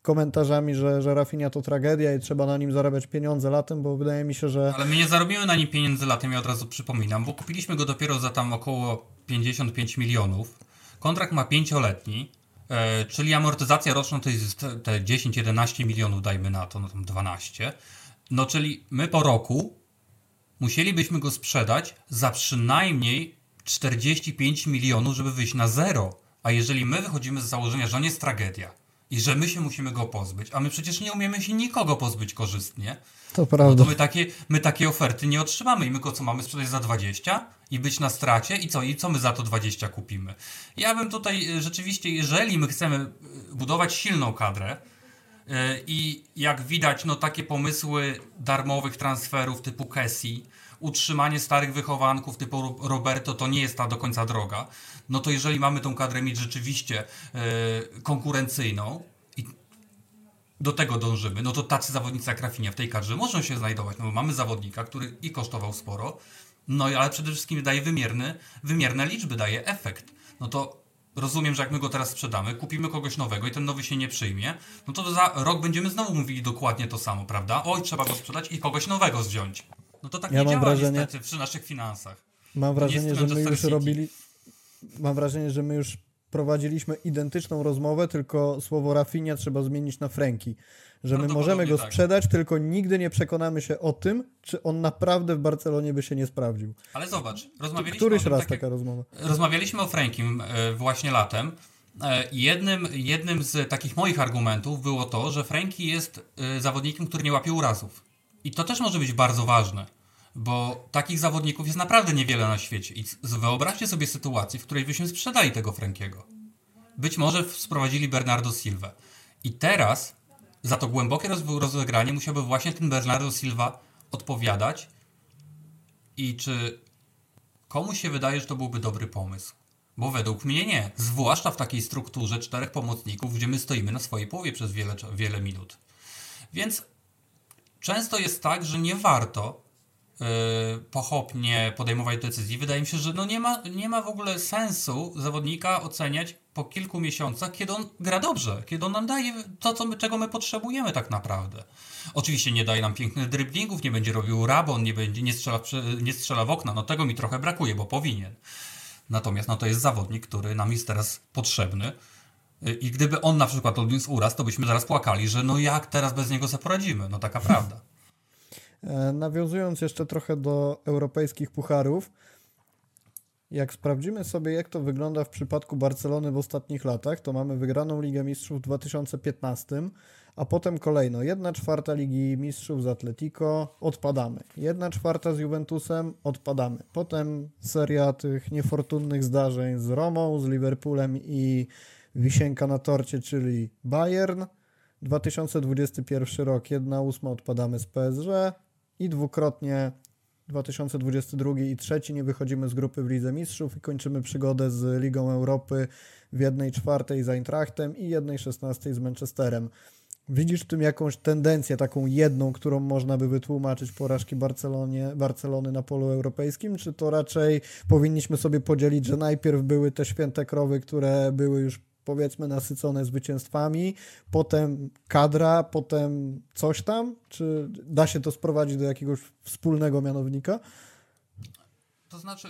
komentarzami, że, że Rafinha to tragedia i trzeba na nim zarabiać pieniądze latem, bo wydaje mi się, że...
Ale my nie zarobimy na nim pieniędzy latem, ja od razu przypominam, bo kupiliśmy go dopiero za tam około pięćdziesiąt pięć milionów. Kontrakt ma pięcioletni, e, czyli amortyzacja roczna to jest te, te dziesięć jedenaście milionów, dajmy na to, no tam dwanaście. No czyli my po roku musielibyśmy go sprzedać za przynajmniej czterdzieści pięć milionów, żeby wyjść na zero. A jeżeli my wychodzimy z założenia, że on jest tragedia i że my się musimy go pozbyć, a my przecież nie umiemy się nikogo pozbyć korzystnie,
to prawda.
no to my takie, my takie oferty nie otrzymamy i my go co mamy sprzedać za dwadzieścia i być na stracie i co, i co my za to dwadzieścia kupimy. Ja bym tutaj rzeczywiście, jeżeli my chcemy budować silną kadrę, i jak widać, no takie pomysły darmowych transferów typu Kessie, utrzymanie starych wychowanków typu Roberto to nie jest ta do końca droga, no to jeżeli mamy tą kadrę mieć rzeczywiście yy, konkurencyjną i do tego dążymy, no to tacy zawodnicy jak Rafinha w tej kadrze muszą się znajdować, no bo mamy zawodnika, który i kosztował sporo, no ale przede wszystkim daje wymierny, wymierne liczby, daje efekt. No to rozumiem, że jak my go teraz sprzedamy, kupimy kogoś nowego i ten nowy się nie przyjmie, no to za rok będziemy znowu mówili dokładnie to samo, prawda? Oj, trzeba go sprzedać i kogoś nowego wziąć. No to tak
ja
nie
mam
działa
wrażenie,
niestety przy naszych finansach.
Mam wrażenie, że my już
City.
robili... Mam wrażenie, że my już prowadziliśmy identyczną rozmowę, tylko słowo Rafinha trzeba zmienić na Frenkie. Że my możemy go sprzedać, tak. Tylko nigdy nie przekonamy się o tym, czy on naprawdę w Barcelonie by się nie sprawdził.
Ale zobacz, rozmawialiśmy
Któryś
o tym,
raz
takie,
taka rozmowa.
Rozmawialiśmy o Frenkiem właśnie latem. Jednym, jednym z takich moich argumentów było to, że Frenkie jest zawodnikiem, który nie łapie urazów. I to też może być bardzo ważne, bo takich zawodników jest naprawdę niewiele na świecie. I wyobraźcie sobie sytuację, w której byśmy sprzedali tego Frenkiego. Być może sprowadzili Bernardo Silva. I teraz za to głębokie rozegranie musiałby właśnie ten Bernardo Silva odpowiadać. I czy komuś się wydaje, że to byłby dobry pomysł? Bo według mnie nie. Zwłaszcza w takiej strukturze czterech pomocników, gdzie my stoimy na swojej połowie przez wiele, wiele minut. Więc często jest tak, że nie warto yy, pochopnie podejmować decyzji. Wydaje mi się, że no nie ma, nie ma w ogóle sensu zawodnika oceniać po kilku miesiącach, kiedy on gra dobrze, kiedy on nam daje to, co my, czego my potrzebujemy tak naprawdę. Oczywiście nie daje nam pięknych driblingów, nie będzie robił rabon, nie, będzie, nie, strzela, w, nie strzela w okna. No tego mi trochę brakuje, bo powinien. Natomiast no to jest zawodnik, który nam jest teraz potrzebny. I gdyby on na przykład odniósł uraz, to byśmy zaraz płakali, że no jak teraz bez niego sobie poradzimy? No taka prawda.
Nawiązując jeszcze trochę do europejskich pucharów, jak sprawdzimy sobie, jak to wygląda w przypadku Barcelony w ostatnich latach, to mamy wygraną Ligę Mistrzów w dwa tysiące piętnastym, a potem kolejno jedna czwarta Ligi Mistrzów z Atletico, odpadamy. Jedna czwarta z Juventusem, odpadamy. Potem seria tych niefortunnych zdarzeń z Romą, z Liverpoolem i wisienka na torcie, czyli Bayern. dwa tysiące dwudziesty pierwszy rok, jedna ósma odpadamy z P S G i dwukrotnie dwa tysiące dwudziesty drugi i trzeci nie wychodzimy z grupy w Lidze Mistrzów i kończymy przygodę z Ligą Europy w jednej czwartej z Eintrachtem i jednej szesnastej z Manchesterem. Widzisz w tym jakąś tendencję, taką jedną, którą można by wytłumaczyć porażki Barcelonie, Barcelony na polu europejskim, czy to raczej powinniśmy sobie podzielić, że najpierw były te święte krowy, które były już powiedzmy nasycone zwycięstwami, potem kadra, potem coś tam? Czy da się to sprowadzić do jakiegoś wspólnego mianownika?
To znaczy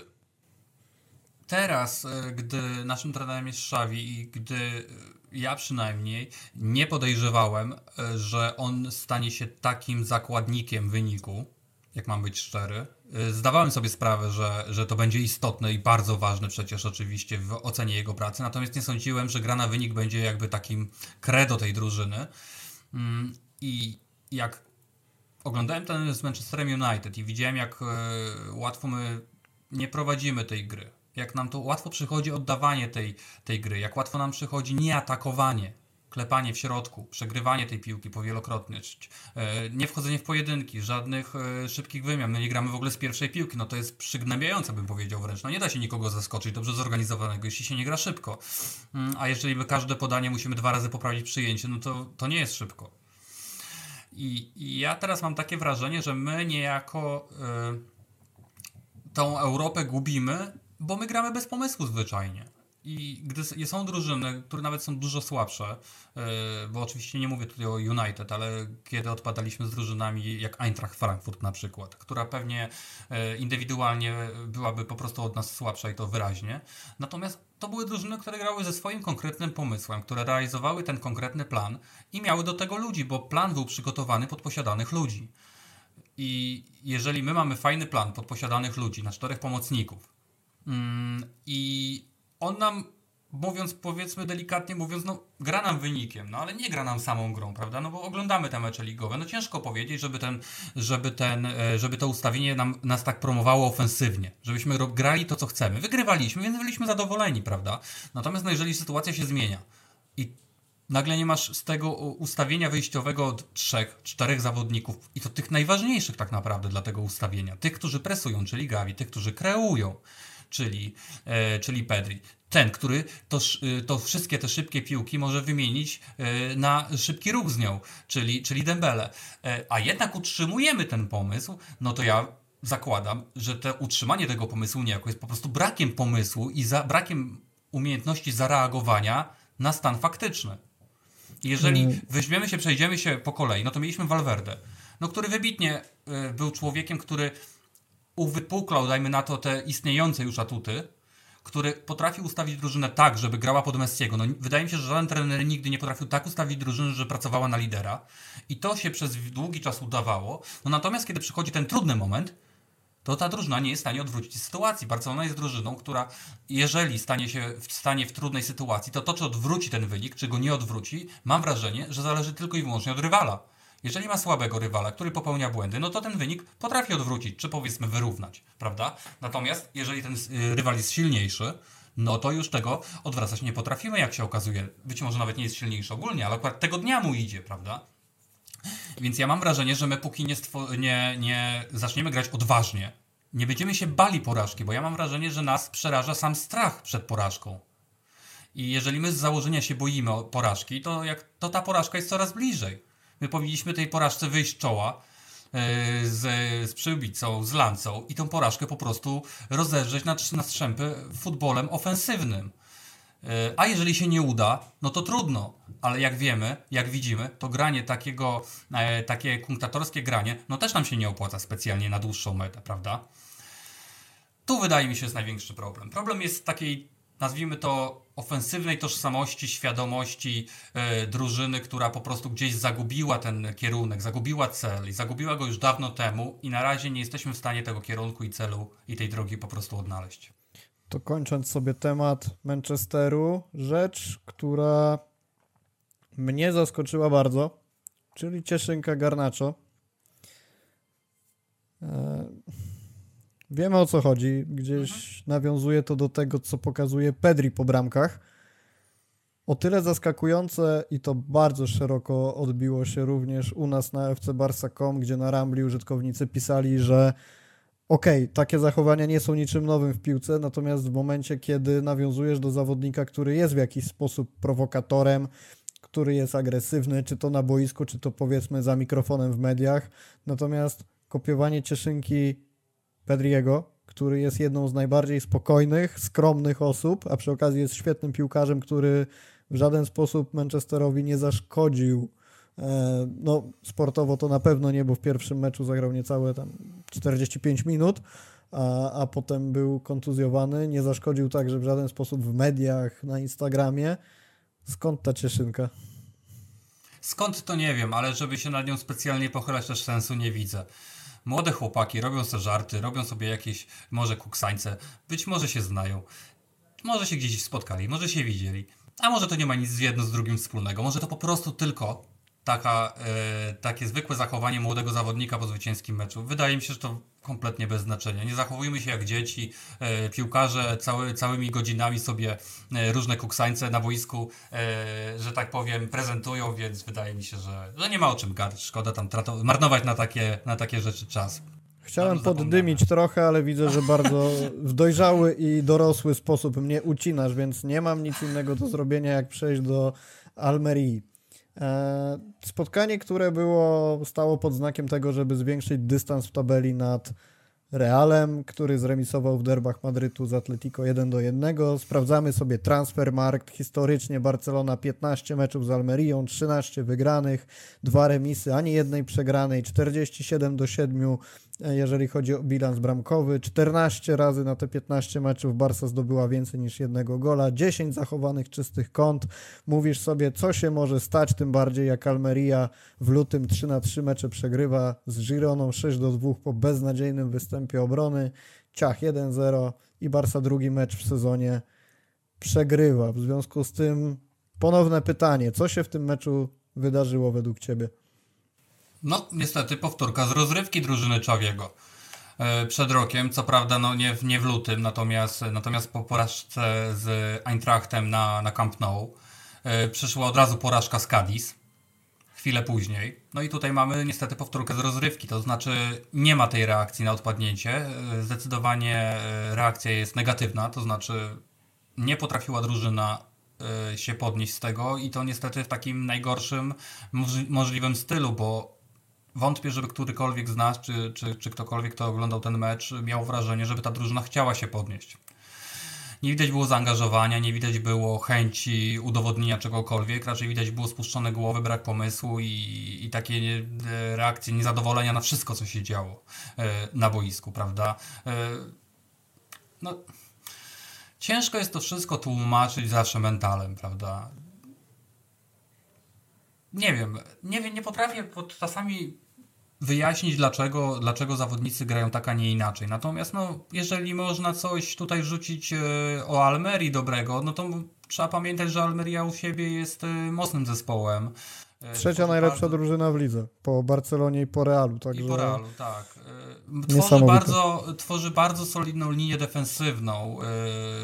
teraz, gdy naszym trenerem jest Xavi i gdy ja przynajmniej nie podejrzewałem, że on stanie się takim zakładnikiem wyniku, jak mam być szczery. Zdawałem sobie sprawę, że, że to będzie istotne i bardzo ważne przecież oczywiście w ocenie jego pracy, natomiast nie sądziłem, że gra na wynik będzie jakby takim credo tej drużyny. I jak oglądałem ten z Manchesterem United i widziałem, jak łatwo my nie prowadzimy tej gry, jak nam to łatwo przychodzi oddawanie tej, tej gry, jak łatwo nam przychodzi nieatakowanie, klepanie w środku, przegrywanie tej piłki powielokrotność, nie wchodzenie w pojedynki, żadnych szybkich wymian. My nie gramy w ogóle z pierwszej piłki, no to jest przygnębiające, bym powiedział wręcz. No nie da się nikogo zaskoczyć dobrze zorganizowanego, jeśli się nie gra szybko. A jeżeli my każde podanie musimy dwa razy poprawić przyjęcie, no to, to nie jest szybko. I, I ja teraz mam takie wrażenie, że my niejako y, tą Europę gubimy, bo my gramy bez pomysłu zwyczajnie. I gdy są drużyny, które nawet są dużo słabsze, bo oczywiście nie mówię tutaj o United, ale kiedy odpadaliśmy z drużynami jak Eintracht Frankfurt na przykład, która pewnie indywidualnie byłaby po prostu od nas słabsza i to wyraźnie. Natomiast to były drużyny, które grały ze swoim konkretnym pomysłem, które realizowały ten konkretny plan i miały do tego ludzi, bo plan był przygotowany pod posiadanych ludzi. I jeżeli my mamy fajny plan pod posiadanych ludzi na czterech pomocników mm, i on nam, mówiąc, powiedzmy delikatnie mówiąc, no gra nam wynikiem, no ale nie gra nam samą grą, prawda? No bo oglądamy te mecze ligowe, no ciężko powiedzieć, żeby ten, żeby ten, żeby to ustawienie nam, nas tak promowało ofensywnie, żebyśmy grali to, co chcemy. Wygrywaliśmy, więc byliśmy zadowoleni, prawda? Natomiast no jeżeli sytuacja się zmienia i nagle nie masz z tego ustawienia wyjściowego od trzech, czterech zawodników i to tych najważniejszych tak naprawdę dla tego ustawienia, tych, którzy presują, czyli Gavi, tych, którzy kreują, czyli, e, czyli Pedri. Ten, który to, to wszystkie te szybkie piłki może wymienić e, na szybki ruch z nią, czyli, czyli Dembele. E, a jednak utrzymujemy ten pomysł, no to ja zakładam, że to utrzymanie tego pomysłu niejako jest po prostu brakiem pomysłu i za, brakiem umiejętności zareagowania na stan faktyczny. Jeżeli weźmiemy się, przejdziemy się po kolei, no to mieliśmy Valverde, no, który wybitnie y, był człowiekiem, który uwypuklał, dajmy na to, te istniejące już atuty, który potrafił ustawić drużynę tak, żeby grała pod Messiego. No, wydaje mi się, że żaden trener nigdy nie potrafił tak ustawić drużynę, że pracowała na lidera. I to się przez długi czas udawało. No, natomiast kiedy przychodzi ten trudny moment, to ta drużyna nie jest w stanie odwrócić sytuacji. Barcelona jest drużyną, która jeżeli stanie się w stanie w trudnej sytuacji, to to, czy odwróci ten wynik, czy go nie odwróci, mam wrażenie, że zależy tylko i wyłącznie od rywala. Jeżeli ma słabego rywala, który popełnia błędy, no to ten wynik potrafi odwrócić, czy powiedzmy wyrównać, prawda? Natomiast jeżeli ten rywal jest silniejszy, no to już tego odwracać nie potrafimy, jak się okazuje. Być może nawet nie jest silniejszy ogólnie, ale akurat tego dnia mu idzie, prawda? Więc ja mam wrażenie, że my póki nie, stwo- nie, nie zaczniemy grać odważnie, nie będziemy się bali porażki, bo ja mam wrażenie, że nas przeraża sam strach przed porażką. I jeżeli my z założenia się boimy porażki, to, jak, to ta porażka jest coraz bliżej. My powinniśmy tej porażce wyjść czoła yy, z, z przyłbicą, z lancą i tą porażkę po prostu rozerżeć na, na strzępy futbolem ofensywnym. A jeżeli się nie uda, no to trudno, ale jak wiemy, jak widzimy, to granie takiego, e, takie kunktatorskie granie, no też nam się nie opłaca specjalnie na dłuższą metę, prawda? Tu wydaje mi się jest największy problem. Problem jest w takiej, nazwijmy to, ofensywnej tożsamości, świadomości e, drużyny, która po prostu gdzieś zagubiła ten kierunek, zagubiła cel i zagubiła go już dawno temu i na razie nie jesteśmy w stanie tego kierunku i celu i tej drogi po prostu odnaleźć.
To kończąc sobie temat Manchesteru, rzecz, która mnie zaskoczyła bardzo, czyli Cieszynka Garnacho. E, wiemy o co chodzi, gdzieś mhm. nawiązuje to do tego, co pokazuje Pedri po bramkach. O tyle zaskakujące i to bardzo szeroko odbiło się również u nas na f c barsa kropka com, gdzie na Rambli użytkownicy pisali, że okej, okay, takie zachowania nie są niczym nowym w piłce, natomiast w momencie, kiedy nawiązujesz do zawodnika, który jest w jakiś sposób prowokatorem, który jest agresywny, czy to na boisku, czy to powiedzmy za mikrofonem w mediach, natomiast kopiowanie Cieszynki Pedriego, który jest jedną z najbardziej spokojnych, skromnych osób, a przy okazji jest świetnym piłkarzem, który w żaden sposób Manchesterowi nie zaszkodził. No, sportowo to na pewno nie, bo w pierwszym meczu zagrał niecałe tam czterdzieści pięć minut, a, a potem był kontuzjowany. Nie zaszkodził także w żaden sposób w mediach, na Instagramie. Skąd ta Cieszynka?
Skąd to nie wiem, ale żeby się nad nią specjalnie pochylać też sensu nie widzę. Młode chłopaki robią sobie żarty, robią sobie jakieś może kuksańce, być może się znają, może się gdzieś spotkali, może się widzieli, a może to nie ma nic jedno z drugim wspólnego, może to po prostu tylko Taka, e, takie zwykłe zachowanie młodego zawodnika po zwycięskim meczu. Wydaje mi się, że to kompletnie bez znaczenia. Nie zachowujmy się jak dzieci. E, piłkarze cały, całymi godzinami sobie e, różne kuksańce na boisku, e, że tak powiem, prezentują, więc wydaje mi się, że, że nie ma o czym gadać. Szkoda tam trato- marnować na takie, na takie rzeczy czas.
Chciałem poddymić trochę, ale widzę, że bardzo w dojrzały i dorosły sposób mnie ucinasz, więc nie mam nic innego do zrobienia, jak przejść do Almerii. Spotkanie, które było stało pod znakiem tego, żeby zwiększyć dystans w tabeli nad Realem, który zremisował w derbach Madrytu z Atletico jeden do jednego. Sprawdzamy sobie Transfermarkt. Historycznie Barcelona piętnaście meczów z Almerią, trzynaście wygranych, dwa remisy, ani jednej przegranej, czterdzieści siedem do siedmiu, jeżeli chodzi o bilans bramkowy. czternaście razy na te piętnaście meczów Barca zdobyła więcej niż jednego gola, dziesięć zachowanych czystych kąt. Mówisz sobie, co się może stać, tym bardziej jak Almeria w lutym trzy na trzy mecze przegrywa z Gironą sześć do dwóch po beznadziejnym występie obrony. Ciach jeden zero i Barca drugi mecz w sezonie przegrywa. W związku z tym ponowne pytanie, co się w tym meczu wydarzyło według Ciebie?
No, niestety powtórka z rozrywki drużyny Xaviego. Przed rokiem, co prawda no nie, w, nie w lutym, natomiast, natomiast po porażce z Eintrachtem na, na Camp Nou przyszła od razu porażka z Cadiz, chwilę później. No i tutaj mamy niestety powtórkę z rozrywki, to znaczy nie ma tej reakcji na odpadnięcie. Zdecydowanie reakcja jest negatywna, to znaczy nie potrafiła drużyna się podnieść z tego i to niestety w takim najgorszym możliwym stylu, bo wątpię, żeby którykolwiek z nas, czy, czy, czy ktokolwiek, kto oglądał ten mecz, miał wrażenie, żeby ta drużyna chciała się podnieść. Nie widać było zaangażowania, nie widać było chęci udowodnienia czegokolwiek, raczej widać było spuszczone głowy, brak pomysłu i, i takie reakcje niezadowolenia na wszystko, co się działo na boisku, prawda? No, ciężko jest to wszystko tłumaczyć zawsze mentalem, prawda? Nie wiem, nie wiem, nie potrafię pod czasami wyjaśnić, dlaczego, dlaczego zawodnicy grają tak, a nie inaczej. Natomiast no, jeżeli można coś tutaj rzucić e, o Almerii dobrego, no to trzeba pamiętać, że Almeria u siebie jest e, mocnym zespołem. E,
Trzecia najlepsza
bardzo...
drużyna w lidze, po Barcelonie i po Realu. Także...
I po Realu, tak. E, tworzy, bardzo, tworzy bardzo solidną linię defensywną e,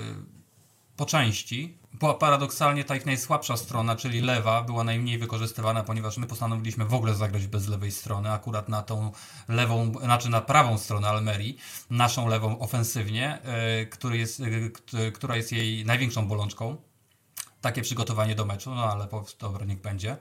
po części. Paradoksalnie ta ich najsłabsza strona, czyli lewa, była najmniej wykorzystywana, ponieważ my postanowiliśmy w ogóle zagrać bez lewej strony, akurat na tą lewą, znaczy na prawą stronę Almerii, naszą lewą ofensywnie, yy, który jest, yy, która jest jej największą bolączką. Takie przygotowanie do meczu, no ale po, dobra, niech będzie.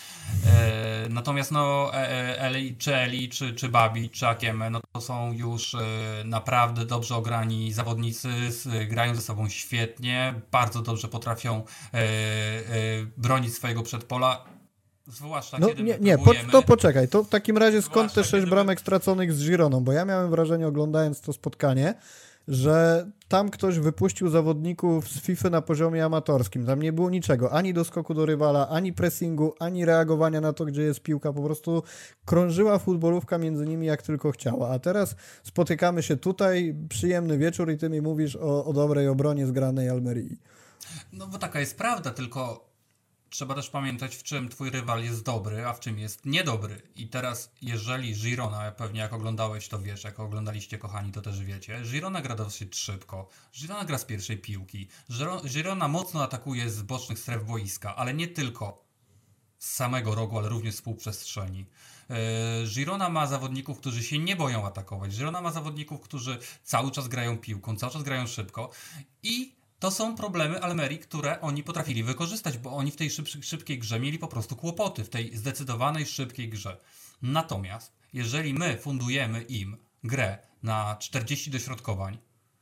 E, natomiast no Eli, czy Eli, czy, czy Babi, czy Akeme, no to są już e, naprawdę dobrze ograni zawodnicy, z, grają ze sobą świetnie, bardzo dobrze potrafią e, e, bronić swojego przedpola, zwłaszcza
no,
kiedy
nie,
my
nie,
próbujemy...
po, to poczekaj, to w takim razie skąd
Zwłaszcza
te sześć
kiedy
bramek straconych z Gironą, bo ja miałem wrażenie, oglądając to spotkanie, że tam ktoś wypuścił zawodników z FIFA na poziomie amatorskim. Tam nie było niczego, ani doskoku do rywala, ani pressingu, ani reagowania na to, gdzie jest piłka. Po prostu krążyła futbolówka między nimi jak tylko chciała. A teraz spotykamy się tutaj, przyjemny wieczór i ty mi mówisz o, o dobrej obronie zgranej Almerii.
No bo taka jest prawda, tylko trzeba też pamiętać, w czym twój rywal jest dobry, a w czym jest niedobry. I teraz, jeżeli Girona, pewnie jak oglądałeś, to wiesz, jak oglądaliście, kochani, to też wiecie, Girona gra dosyć szybko, Girona gra z pierwszej piłki, Girona mocno atakuje z bocznych stref boiska, ale nie tylko z samego rogu, ale również z półprzestrzeni. Girona ma zawodników, którzy się nie boją atakować. Girona ma zawodników, którzy cały czas grają piłką, cały czas grają szybko i to są problemy Almerii, które oni potrafili wykorzystać, bo oni w tej szyb, szybkiej grze mieli po prostu kłopoty, w tej zdecydowanej szybkiej grze. Natomiast jeżeli my fundujemy im grę na czterdzieści dośrodkowań,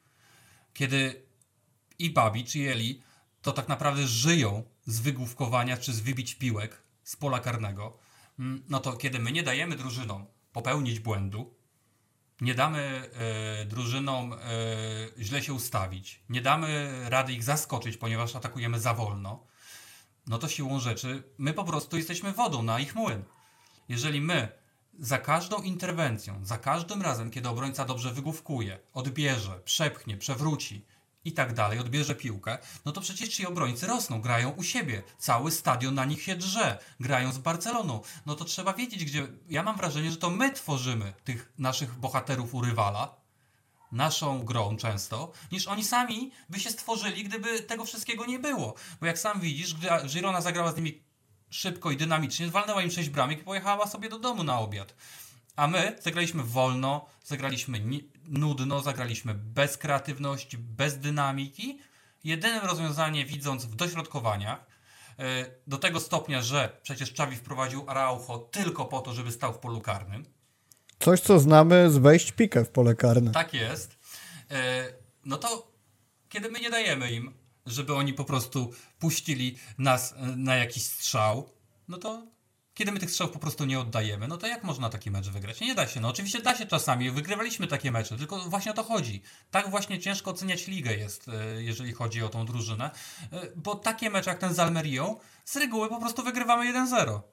kiedy i Babi czy Eli to tak naprawdę żyją z wygłówkowania czy z wybić piłek z pola karnego, no to kiedy my nie dajemy drużynom popełnić błędu, nie damy y, drużynom y, źle się ustawić, nie damy rady ich zaskoczyć, ponieważ atakujemy za wolno, no to siłą rzeczy my po prostu jesteśmy wodą na ich młyn. Jeżeli my za każdą interwencją, za każdym razem, kiedy obrońca dobrze wygłówkuje, odbierze, przepchnie, przewróci i tak dalej, odbierze piłkę, no to przecież ci obrońcy rosną, grają u siebie, cały stadion na nich się drze, grają z Barceloną, no to trzeba wiedzieć, gdzie, ja mam wrażenie, że to my tworzymy tych naszych bohaterów u rywala, naszą grą często, niż oni sami by się stworzyli, gdyby tego wszystkiego nie było, bo jak sam widzisz, gdy Girona zagrała z nimi szybko i dynamicznie, zwalnęła im sześć bramek i pojechała sobie do domu na obiad. A my zagraliśmy wolno, zagraliśmy nudno, zagraliśmy bez kreatywności, bez dynamiki. Jedynym rozwiązanie widząc w dośrodkowaniach, do tego stopnia, że przecież Xavi wprowadził Araujo tylko po to, żeby stał w polu karnym.
Coś, co znamy z wejść pikę w pole karne.
Tak jest. No to kiedy my nie dajemy im, żeby oni po prostu puścili nas na jakiś strzał, no to kiedy my tych strzałów po prostu nie oddajemy, no to jak można taki mecz wygrać? Nie da się. No oczywiście da się czasami. Wygrywaliśmy takie mecze, tylko właśnie o to chodzi. Tak właśnie ciężko oceniać ligę jest, jeżeli chodzi o tą drużynę, bo takie mecze jak ten z Almerią z reguły po prostu wygrywamy jeden zero.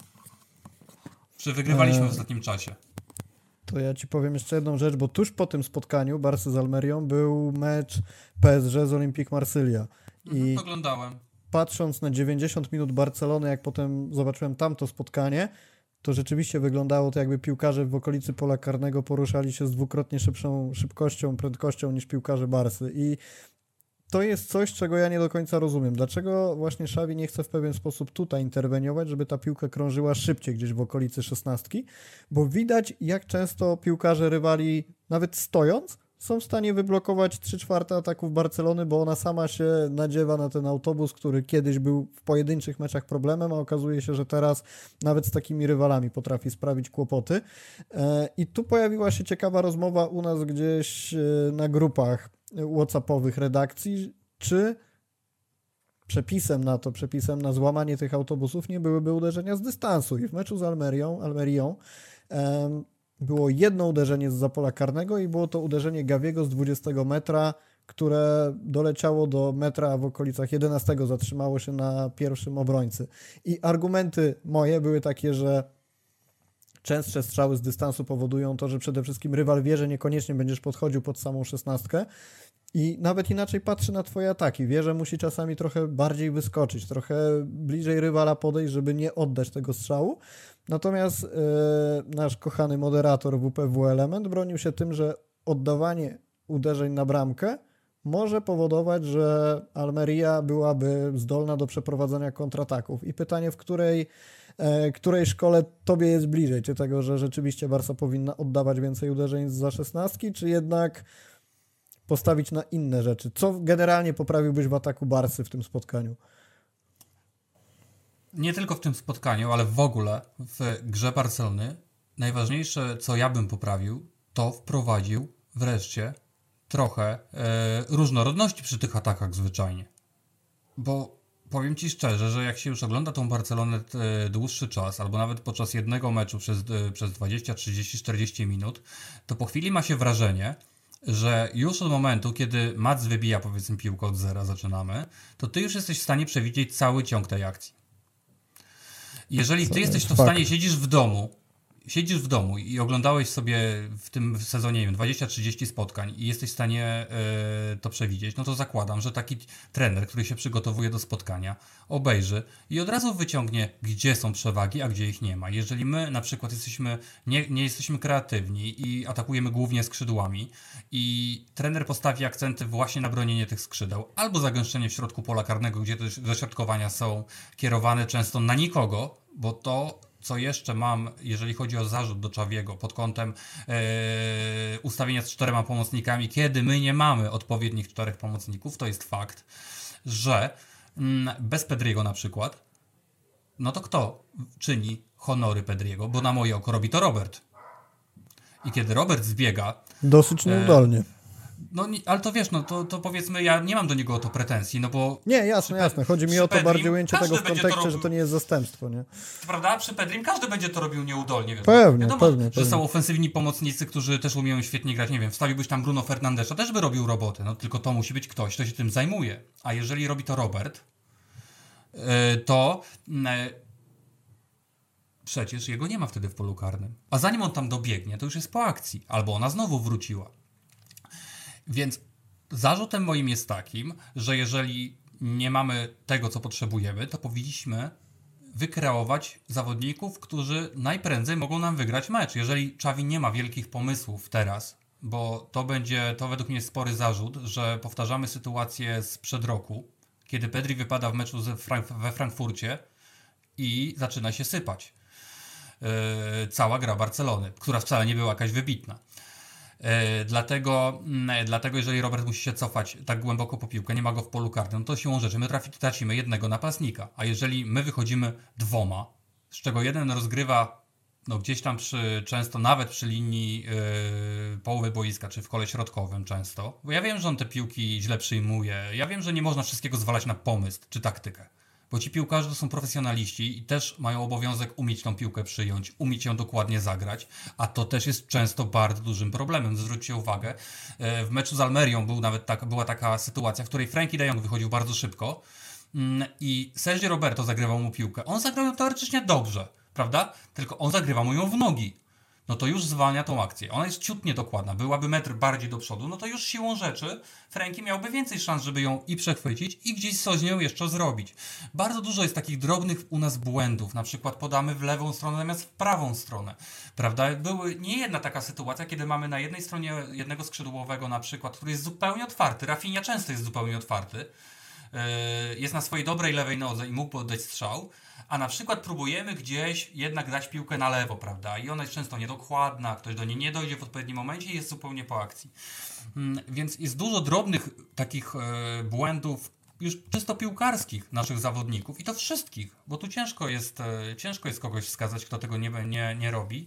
Czy wygrywaliśmy eee. w ostatnim czasie.
To ja ci powiem jeszcze jedną rzecz, bo tuż po tym spotkaniu Barcy z Almerią był mecz P S G z Olympique Marsylia.
Mhm, I oglądałem.
Patrząc na dziewięćdziesiąt minut Barcelony, jak potem zobaczyłem tamto spotkanie, to rzeczywiście wyglądało to, jakby piłkarze w okolicy pola karnego poruszali się z dwukrotnie szybszą szybkością, prędkością niż piłkarze Barcy. I to jest coś, czego ja nie do końca rozumiem. Dlaczego właśnie Xavi nie chce w pewien sposób tutaj interweniować, żeby ta piłka krążyła szybciej gdzieś w okolicy szesnastki? Bo widać, jak często piłkarze rywali, nawet stojąc, są w stanie wyblokować trzy czwarte ataków Barcelony, bo ona sama się nadziewa na ten autobus, który kiedyś był w pojedynczych meczach problemem, a okazuje się, że teraz nawet z takimi rywalami potrafi sprawić kłopoty. I tu pojawiła się ciekawa rozmowa u nas gdzieś na grupach whatsappowych redakcji, czy przepisem na to, przepisem na złamanie tych autobusów nie byłyby uderzenia z dystansu. I w meczu z Almerią, Almerią um, było jedno uderzenie z pola karnego i było to uderzenie Gaviego z dwudziestego metra, które doleciało do metra, a w okolicach jedenastego zatrzymało się na pierwszym obrońcy. I argumenty moje były takie, że częstsze strzały z dystansu powodują to, że przede wszystkim rywal wie, że niekoniecznie będziesz podchodził pod samą szesnastkę i nawet inaczej patrzy na twoje ataki. Wie, że musi czasami trochę bardziej wyskoczyć, trochę bliżej rywala podejść, żeby nie oddać tego strzału. Natomiast yy, nasz kochany moderator W P W Element bronił się tym, że oddawanie uderzeń na bramkę może powodować, że Almeria byłaby zdolna do przeprowadzenia kontrataków. I pytanie, w której której szkole tobie jest bliżej? Czy tego, że rzeczywiście Barca powinna oddawać więcej uderzeń za szesnastki, czy jednak postawić na inne rzeczy? Co generalnie poprawiłbyś w ataku Barcy w tym spotkaniu?
Nie tylko w tym spotkaniu, ale w ogóle w grze Barcelony najważniejsze, co ja bym poprawił, to wprowadził wreszcie trochę e, różnorodności przy tych atakach zwyczajnie. Bo powiem ci szczerze, że jak się już ogląda tą Barcelonę e, dłuższy czas, albo nawet podczas jednego meczu przez, e, przez dwadzieścia, trzydzieści, czterdzieści minut, to po chwili ma się wrażenie, że już od momentu, kiedy Mats wybija powiedzmy piłkę od zera, zaczynamy, to ty już jesteś w stanie przewidzieć cały ciąg tej akcji. Jeżeli ty jesteś to w stanie, siedzisz w domu, siedzisz w domu i oglądałeś sobie w tym sezonie, nie wiem, dwadzieścia trzydzieści spotkań i jesteś w stanie yy, to przewidzieć, no to zakładam, że taki trener, który się przygotowuje do spotkania, obejrzy i od razu wyciągnie, gdzie są przewagi, a gdzie ich nie ma. Jeżeli my na przykład jesteśmy, nie, nie jesteśmy kreatywni i atakujemy głównie skrzydłami i trener postawi akcenty właśnie na bronienie tych skrzydeł albo zagęszczenie w środku pola karnego, gdzie te dośrodkowania są kierowane często na nikogo, bo to co jeszcze mam, jeżeli chodzi o zarzut do Xaviego pod kątem yy, ustawienia z czterema pomocnikami, kiedy my nie mamy odpowiednich czterech pomocników, to jest fakt, że yy, bez Pedriego na przykład, no to kto czyni honory Pedriego? Bo na moje oko robi to Robert. I kiedy Robert zbiega...
Dosyć nieudolnie. Yy,
No, ale to wiesz, no to, to powiedzmy, ja nie mam do niego o to pretensji, no bo...
Nie, jasne, jasne. Chodzi mi o to bardziej ujęcie tego w kontekście, robił, że to nie jest zastępstwo, nie?
Prawda? Przy Pedrim każdy będzie to robił nieudolnie. Wiesz?
Pewnie,
Wiadomo,
pewnie,
że
pewnie.
są ofensywni pomocnicy, którzy też umieją świetnie grać. Nie wiem, wstawiłbyś tam Bruno Fernandesza, też by robił robotę, no tylko to musi być ktoś, kto się tym zajmuje. A jeżeli robi to Robert, to... Przecież jego nie ma wtedy w polu karnym. A zanim on tam dobiegnie, to już jest po akcji. Albo ona znowu wróciła. Więc zarzutem moim jest takim, że jeżeli nie mamy tego, co potrzebujemy, to powinniśmy wykreować zawodników, którzy najprędzej mogą nam wygrać mecz. Jeżeli Xavi nie ma wielkich pomysłów teraz, bo to będzie, to według mnie jest spory zarzut, że powtarzamy sytuację sprzed roku, kiedy Pedri wypada w meczu ze Frank- we Frankfurcie i zaczyna się sypać yy, cała gra Barcelony, która wcale nie była jakaś wybitna. Yy, dlatego, yy, dlatego jeżeli Robert musi się cofać tak głęboko po piłkę, nie ma go w polu karnym, no to siłą rzeczy my trafi, tracimy jednego napastnika. A jeżeli my wychodzimy dwoma, z czego jeden rozgrywa no gdzieś tam przy, często nawet przy linii yy, połowy boiska, czy w kole środkowym często, bo ja wiem, że on te piłki źle przyjmuje, ja wiem, że nie można wszystkiego zwalać na pomysł czy taktykę, bo ci piłkarze to są profesjonaliści i też mają obowiązek umieć tą piłkę przyjąć, umieć ją dokładnie zagrać, a to też jest często bardzo dużym problemem. Zwróćcie uwagę, yy, w meczu z Almerią był nawet tak, była taka sytuacja, w której Frenkie de Jong wychodził bardzo szybko yy, i Sergio Roberto zagrywał mu piłkę. On zagrał ją teoretycznie dobrze, prawda? Tylko on zagrywa mu ją w nogi. No to już zwalnia tą akcję. Ona jest ciut niedokładna. Byłaby metr bardziej do przodu, no to już siłą rzeczy Frenkie miałby więcej szans, żeby ją i przechwycić, i gdzieś coś z nią jeszcze zrobić. Bardzo dużo jest takich drobnych u nas błędów. Na przykład podamy w lewą stronę zamiast w prawą stronę. Prawda? Były nie jedna taka sytuacja, kiedy mamy na jednej stronie jednego skrzydłowego na przykład, który jest zupełnie otwarty. Rafinha często jest zupełnie otwarty. Jest na swojej dobrej lewej nodze i mógłby oddać strzał, a na przykład próbujemy gdzieś jednak dać piłkę na lewo, prawda? I ona jest często niedokładna, ktoś do niej nie dojdzie w odpowiednim momencie i jest zupełnie po akcji. Więc jest dużo drobnych takich błędów, już czysto piłkarskich naszych zawodników i to wszystkich, bo tu ciężko jest, ciężko jest kogoś wskazać, kto tego nie, nie, nie robi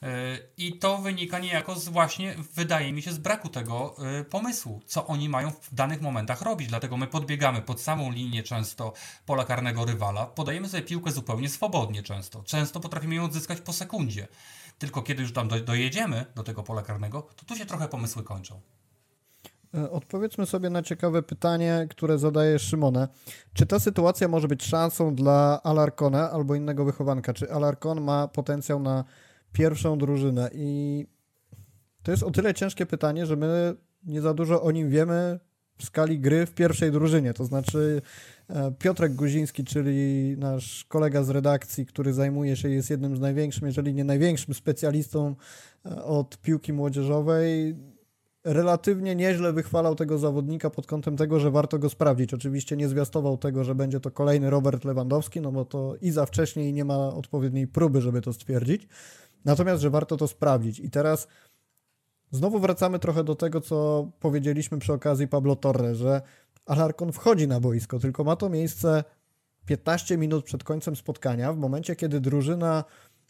i to wynika niejako z właśnie, wydaje mi się, z braku tego pomysłu, co oni mają w danych momentach robić, dlatego my podbiegamy pod samą linię często pola karnego rywala, podajemy sobie piłkę zupełnie swobodnie często, często potrafimy ją odzyskać po sekundzie, tylko kiedy już tam do, dojedziemy do tego pola karnego, to tu się trochę pomysły kończą.
Odpowiedzmy sobie na ciekawe pytanie, które zadaje Szymona. Czy ta sytuacja może być szansą dla Alarcona albo innego wychowanka? Czy Alarcon ma potencjał na pierwszą drużynę? I to jest o tyle ciężkie pytanie, że my nie za dużo o nim wiemy w skali gry w pierwszej drużynie. To znaczy Piotrek Guziński, czyli nasz kolega z redakcji, który zajmuje się, jest jednym z największym, jeżeli nie największym specjalistą od piłki młodzieżowej, relatywnie nieźle wychwalał tego zawodnika pod kątem tego, że warto go sprawdzić. Oczywiście nie zwiastował tego, że będzie to kolejny Robert Lewandowski, no bo to i za wcześnie i nie ma odpowiedniej próby, żeby to stwierdzić. Natomiast, że warto to sprawdzić. I teraz znowu wracamy trochę do tego, co powiedzieliśmy przy okazji Pablo Torre, że Alarcon wchodzi na boisko, tylko ma to miejsce piętnaście minut przed końcem spotkania, w momencie, kiedy drużyna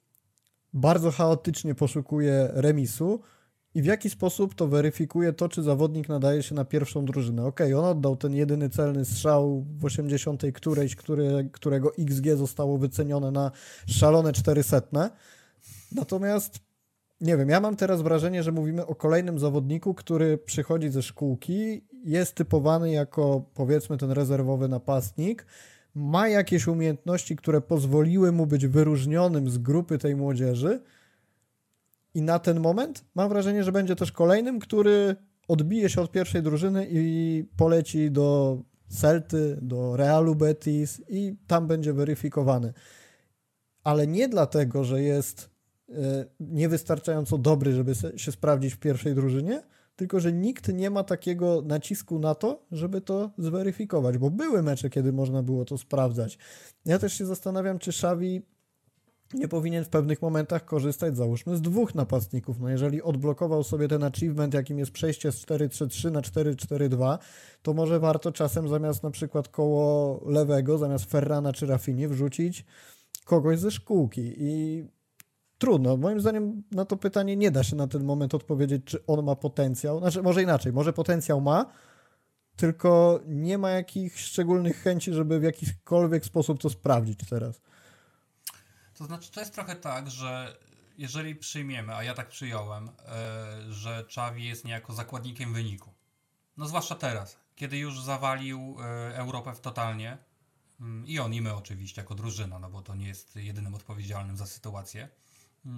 bardzo chaotycznie poszukuje remisu, i w jaki sposób to weryfikuje to, czy zawodnik nadaje się na pierwszą drużynę. Okej, okay, on oddał ten jedyny celny strzał w osiemdziesiątej którejś, który, którego X G zostało wycenione na szalone czterysta. Natomiast, nie wiem, ja mam teraz wrażenie, że mówimy o kolejnym zawodniku, który przychodzi ze szkółki, jest typowany jako, powiedzmy, ten rezerwowy napastnik, ma jakieś umiejętności, które pozwoliły mu być wyróżnionym z grupy tej młodzieży, i na ten moment mam wrażenie, że będzie też kolejnym, który odbije się od pierwszej drużyny i poleci do Celty, do Realu Betis i tam będzie weryfikowany. Ale nie dlatego, że jest niewystarczająco dobry, żeby się sprawdzić w pierwszej drużynie, tylko że nikt nie ma takiego nacisku na to, żeby to zweryfikować, bo były mecze, kiedy można było to sprawdzać. Ja też się zastanawiam, czy Xavi nie powinien w pewnych momentach korzystać, załóżmy, z dwóch napastników. No jeżeli odblokował sobie ten achievement, jakim jest przejście z cztery trzy trzy na cztery cztery dwa, to może warto czasem zamiast na przykład koło lewego, zamiast Ferrana czy Rafini wrzucić kogoś ze szkółki. I trudno. Moim zdaniem na to pytanie nie da się na ten moment odpowiedzieć, czy on ma potencjał. Znaczy, może inaczej, może potencjał ma, tylko nie ma jakichś szczególnych chęci, żeby w jakikolwiek sposób to sprawdzić teraz.
To znaczy, to jest trochę tak, że jeżeli przyjmiemy, a ja tak przyjąłem, yy, że Xavi jest niejako zakładnikiem wyniku, no zwłaszcza teraz, kiedy już zawalił yy, Europę w totalnie, yy, i on, i my oczywiście, jako drużyna, no bo to nie jest jedynym odpowiedzialnym za sytuację, yy,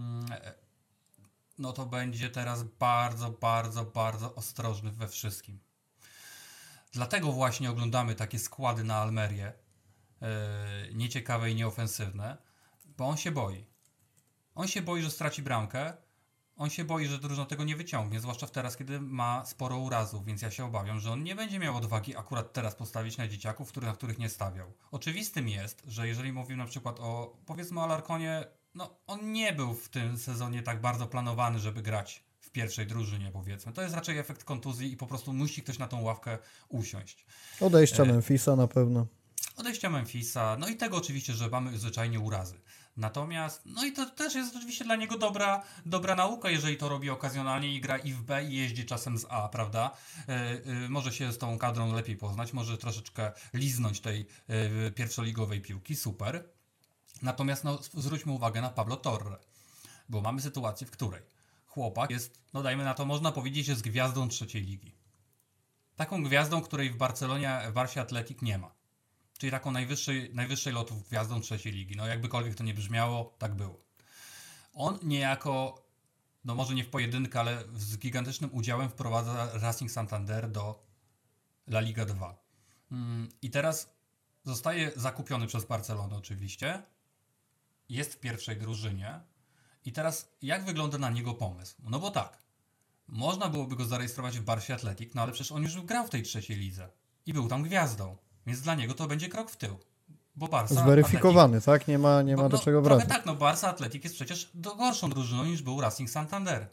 no to będzie teraz bardzo, bardzo, bardzo ostrożny we wszystkim. Dlatego właśnie oglądamy takie składy na Almerię, yy, nieciekawe i nieofensywne, bo on się boi. On się boi, że straci bramkę. On się boi, że drużyna tego nie wyciągnie, zwłaszcza teraz, kiedy ma sporo urazów, więc ja się obawiam, że on nie będzie miał odwagi akurat teraz postawić na dzieciaków, który, na których nie stawiał. Oczywistym jest, że jeżeli mówimy na przykład o, powiedzmy o Alarconie, no on nie był w tym sezonie tak bardzo planowany, żeby grać w pierwszej drużynie, powiedzmy. To jest raczej efekt kontuzji i po prostu musi ktoś na tą ławkę usiąść.
Odejścia e... Memphisa na pewno.
odejścia Memphisa, no i tego oczywiście, że mamy zwyczajnie urazy. Natomiast, no i to też jest oczywiście dla niego dobra, dobra nauka, jeżeli to robi okazjonalnie i gra i w B i jeździ czasem z A, prawda? Yy, yy, może się z tą kadrą lepiej poznać, może troszeczkę liznąć tej yy, pierwszoligowej piłki, super. Natomiast no, zwróćmy uwagę na Pablo Torre, bo mamy sytuację, w której chłopak jest, no dajmy na to, można powiedzieć, jest gwiazdą trzeciej ligi. Taką gwiazdą, której w Barcelonie, w Barsie Athletic nie ma. Czyli taką najwyższej, najwyższej lotów gwiazdą trzeciej ligi. No jakbykolwiek to nie brzmiało, tak było. On niejako, no może nie w pojedynkę, ale z gigantycznym udziałem wprowadza Racing Santander do La Liga dwa. I teraz zostaje zakupiony przez Barcelonę oczywiście. Jest w pierwszej drużynie. I teraz jak wygląda na niego pomysł? No bo tak, można byłoby go zarejestrować w Barsie Athletic, no ale przecież on już grał w tej trzeciej lidze. I był tam gwiazdą. Więc dla niego to będzie krok w tył. Bo Barca
Zweryfikowany,
Athletic,
tak? Nie ma, nie ma
bo,
do
no,
czego
trochę
wracać.
tak, no Barca Athletic jest przecież do gorszą drużyną niż był Racing Santander.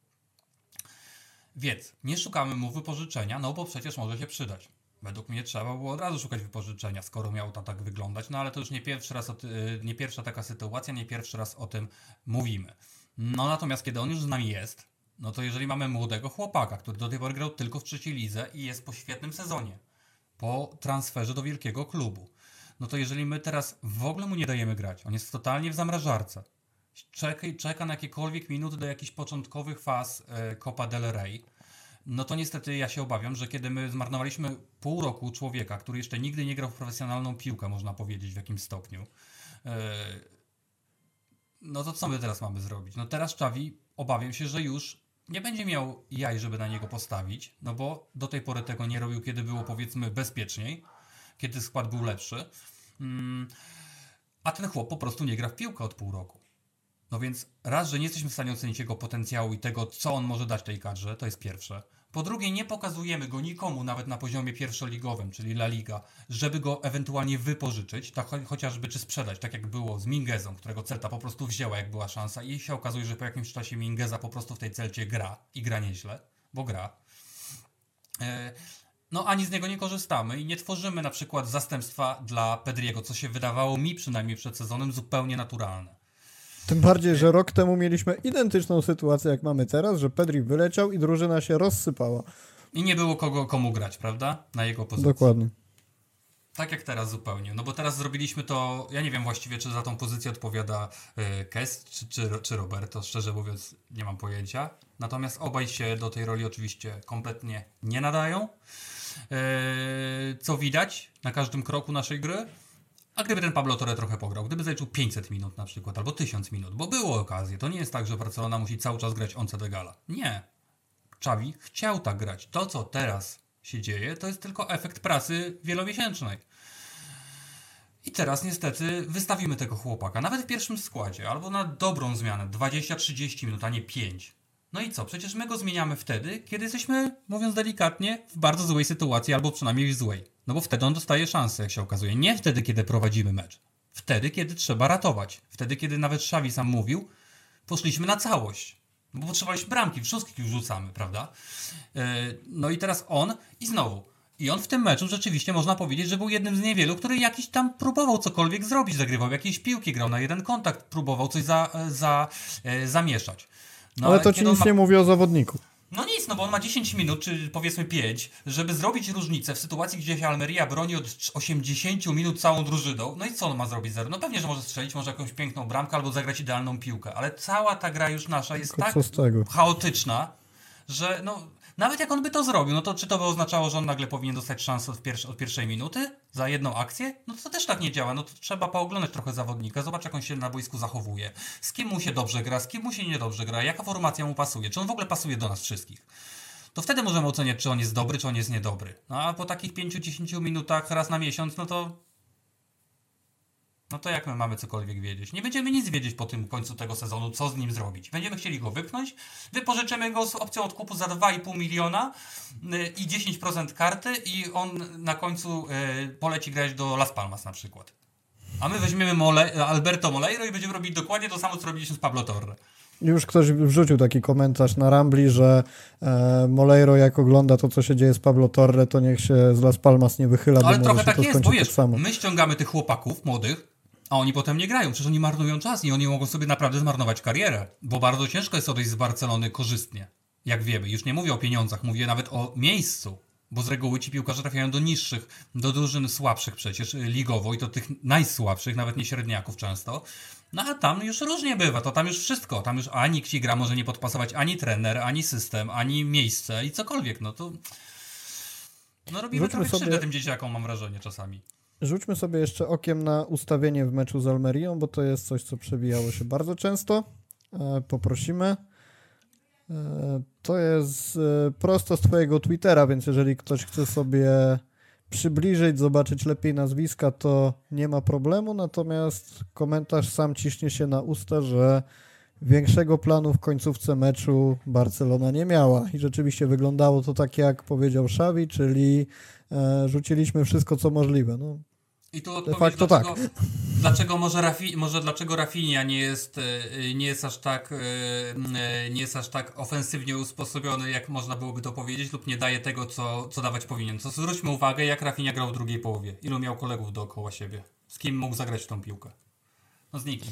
Więc nie szukamy mu wypożyczenia, no bo przecież może się przydać. Według mnie trzeba było od razu szukać wypożyczenia, skoro miało to tak wyglądać. No ale to już nie pierwszy raz, o ty, nie pierwsza taka sytuacja, nie pierwszy raz o tym mówimy. No natomiast kiedy on już z nami jest, no to jeżeli mamy młodego chłopaka, który do tej pory grał tylko w trzeciej lidze i jest po świetnym sezonie, po transferze do wielkiego klubu, no to jeżeli my teraz w ogóle mu nie dajemy grać, on jest totalnie w zamrażarce, czeka, czeka na jakiekolwiek minuty do jakichś początkowych faz e, Copa del Rey, no to niestety ja się obawiam, że kiedy my zmarnowaliśmy pół roku człowieka, który jeszcze nigdy nie grał w profesjonalną piłkę, można powiedzieć w jakimś stopniu, e, no to co my teraz mamy zrobić? No teraz Xavi, obawiam się, że już nie będzie miał jaj, żeby na niego postawić, no bo do tej pory tego nie robił, kiedy było powiedzmy bezpieczniej, kiedy skład był lepszy, mm, a ten chłop po prostu nie gra w piłkę od pół roku. No więc raz, że nie jesteśmy w stanie ocenić jego potencjału i tego, co on może dać tej kadrze, to jest pierwsze. Po drugie, nie pokazujemy go nikomu, nawet na poziomie pierwszoligowym, czyli La Liga, żeby go ewentualnie wypożyczyć, tak cho- chociażby czy sprzedać, tak jak było z Minguezą, którego Celta po prostu wzięła, jak była szansa i się okazuje, że po jakimś czasie Mingueza po prostu w tej Celcie gra i gra nieźle, bo gra. E- No ani z niego nie korzystamy i nie tworzymy na przykład zastępstwa dla Pedriego, co się wydawało mi przynajmniej przed sezonem zupełnie naturalne.
Tym bardziej, że rok temu mieliśmy identyczną sytuację, jak mamy teraz, że Pedri wyleciał i drużyna się rozsypała.
I nie było kogo komu grać, prawda? Na jego pozycji.
Dokładnie.
Tak jak teraz zupełnie. No bo teraz zrobiliśmy to, ja nie wiem właściwie, czy za tą pozycję odpowiada y, Kes, czy, czy, czy Roberto, szczerze mówiąc nie mam pojęcia. Natomiast obaj się do tej roli oczywiście kompletnie nie nadają. Y, co widać na każdym kroku naszej gry. A gdyby ten Pablo Torre trochę pograł, gdyby zaliczył pięćset minut na przykład, albo tysiąc minut, bo było okazje, to nie jest tak, że Barcelona musi cały czas grać Once de Gala. Nie. Xavi chciał tak grać. To, co teraz się dzieje, to jest tylko efekt pracy wielomiesięcznej. I teraz niestety wystawimy tego chłopaka, nawet w pierwszym składzie, albo na dobrą zmianę, dwadzieścia trzydzieści minut, a nie pięć. No i co? Przecież my go zmieniamy wtedy, kiedy jesteśmy, mówiąc delikatnie, w bardzo złej sytuacji, albo przynajmniej w złej. No bo wtedy on dostaje szansę, jak się okazuje. Nie wtedy, kiedy prowadzimy mecz. Wtedy, kiedy trzeba ratować. Wtedy, kiedy nawet Xavi sam mówił, poszliśmy na całość. Bo potrzebowaliśmy bramki, wszystkich już rzucamy, prawda? Yy, no i teraz on i znowu. I on w tym meczu rzeczywiście można powiedzieć, że był jednym z niewielu, który jakiś tam próbował cokolwiek zrobić. Zagrywał jakieś piłki, grał na jeden kontakt, próbował coś za, za, yy, zamieszać. No,
ale, ale to ci nic ma... nie mówi o zawodniku.
No nic, no bo on ma dziesięć minut, czy powiedzmy pięć, żeby zrobić różnicę w sytuacji, gdzie się Almeria broni od osiemdziesięciu minut całą drużyną. No i co on ma zrobić zero? No pewnie, że może strzelić, może jakąś piękną bramkę albo zagrać idealną piłkę, ale cała ta gra już nasza jest
Tylko
tak chaotyczna, że no nawet jak on by to zrobił, no to czy to by oznaczało, że on nagle powinien dostać szansę od, pier- od pierwszej minuty za jedną akcję? No to też tak nie działa, no to trzeba pooglądać trochę zawodnika, zobacz jak on się na boisku zachowuje, z kim mu się dobrze gra, z kim mu się niedobrze gra, jaka formacja mu pasuje, czy on w ogóle pasuje do nas wszystkich. To wtedy możemy oceniać, czy on jest dobry, czy on jest niedobry. No a po takich pięciu do dziesięciu minutach raz na miesiąc, no to no to jak my mamy cokolwiek wiedzieć? Nie będziemy nic wiedzieć po tym końcu tego sezonu, co z nim zrobić. Będziemy chcieli go wypchnąć, wypożyczymy go z opcją odkupu za dwa i pół miliona yy, i dziesięć procent karty i on na końcu yy, poleci grać do Las Palmas na przykład. A my weźmiemy Mole, Alberto Moleiro i będziemy robić dokładnie to samo, co robiliśmy z Pablo Torre.
Już ktoś wrzucił taki komentarz na Rambli, że e, Moleiro jak ogląda to, co się dzieje z Pablo Torre, to niech się z Las Palmas nie wychyla,
No, ale
bo
trochę
może się
tak
to
jest, bo
skończyć
wiesz,
tak samo.
my ściągamy tych chłopaków młodych, a oni potem nie grają. Przecież oni marnują czas i oni mogą sobie naprawdę zmarnować karierę, bo bardzo ciężko jest odejść z Barcelony korzystnie, jak wiemy. Już nie mówię o pieniądzach, mówię nawet o miejscu, bo z reguły ci piłkarze trafiają do niższych, do drużyn słabszych przecież ligowo i to tych najsłabszych, nawet nie średniaków często. No a tam już różnie bywa, to tam już wszystko, tam już ani ci gra może nie podpasować ani trener, ani system, ani miejsce i cokolwiek, no to no robimy
Rzućmy
trochę
sobie-
krzywdę tym dzieciakom, mam wrażenie czasami.
Rzućmy sobie jeszcze okiem na ustawienie w meczu z Almerią, bo to jest coś, co przewijało się bardzo często. E, poprosimy. E, to jest e, prosto z twojego Twittera, więc jeżeli ktoś chce sobie przybliżyć, zobaczyć lepiej nazwiska, to nie ma problemu, natomiast komentarz sam ciśnie się na usta, że większego planu w końcówce meczu Barcelona nie miała i rzeczywiście wyglądało to tak, jak powiedział Xavi, czyli e, rzuciliśmy wszystko, co możliwe. No,
I tu
de
odpowiedź,
facto
dlaczego,
tak.
dlaczego może, Rafi, może dlaczego Rafinha nie jest, e, nie jest aż tak e, nie jest aż tak ofensywnie usposobiony, jak można byłoby to powiedzieć, lub nie daje tego, co, co dawać powinien. To zwróćmy uwagę, jak Rafinha grał w drugiej połowie. Ilu miał kolegów dookoła siebie. Z kim mógł zagrać w tą piłkę? No z nikim.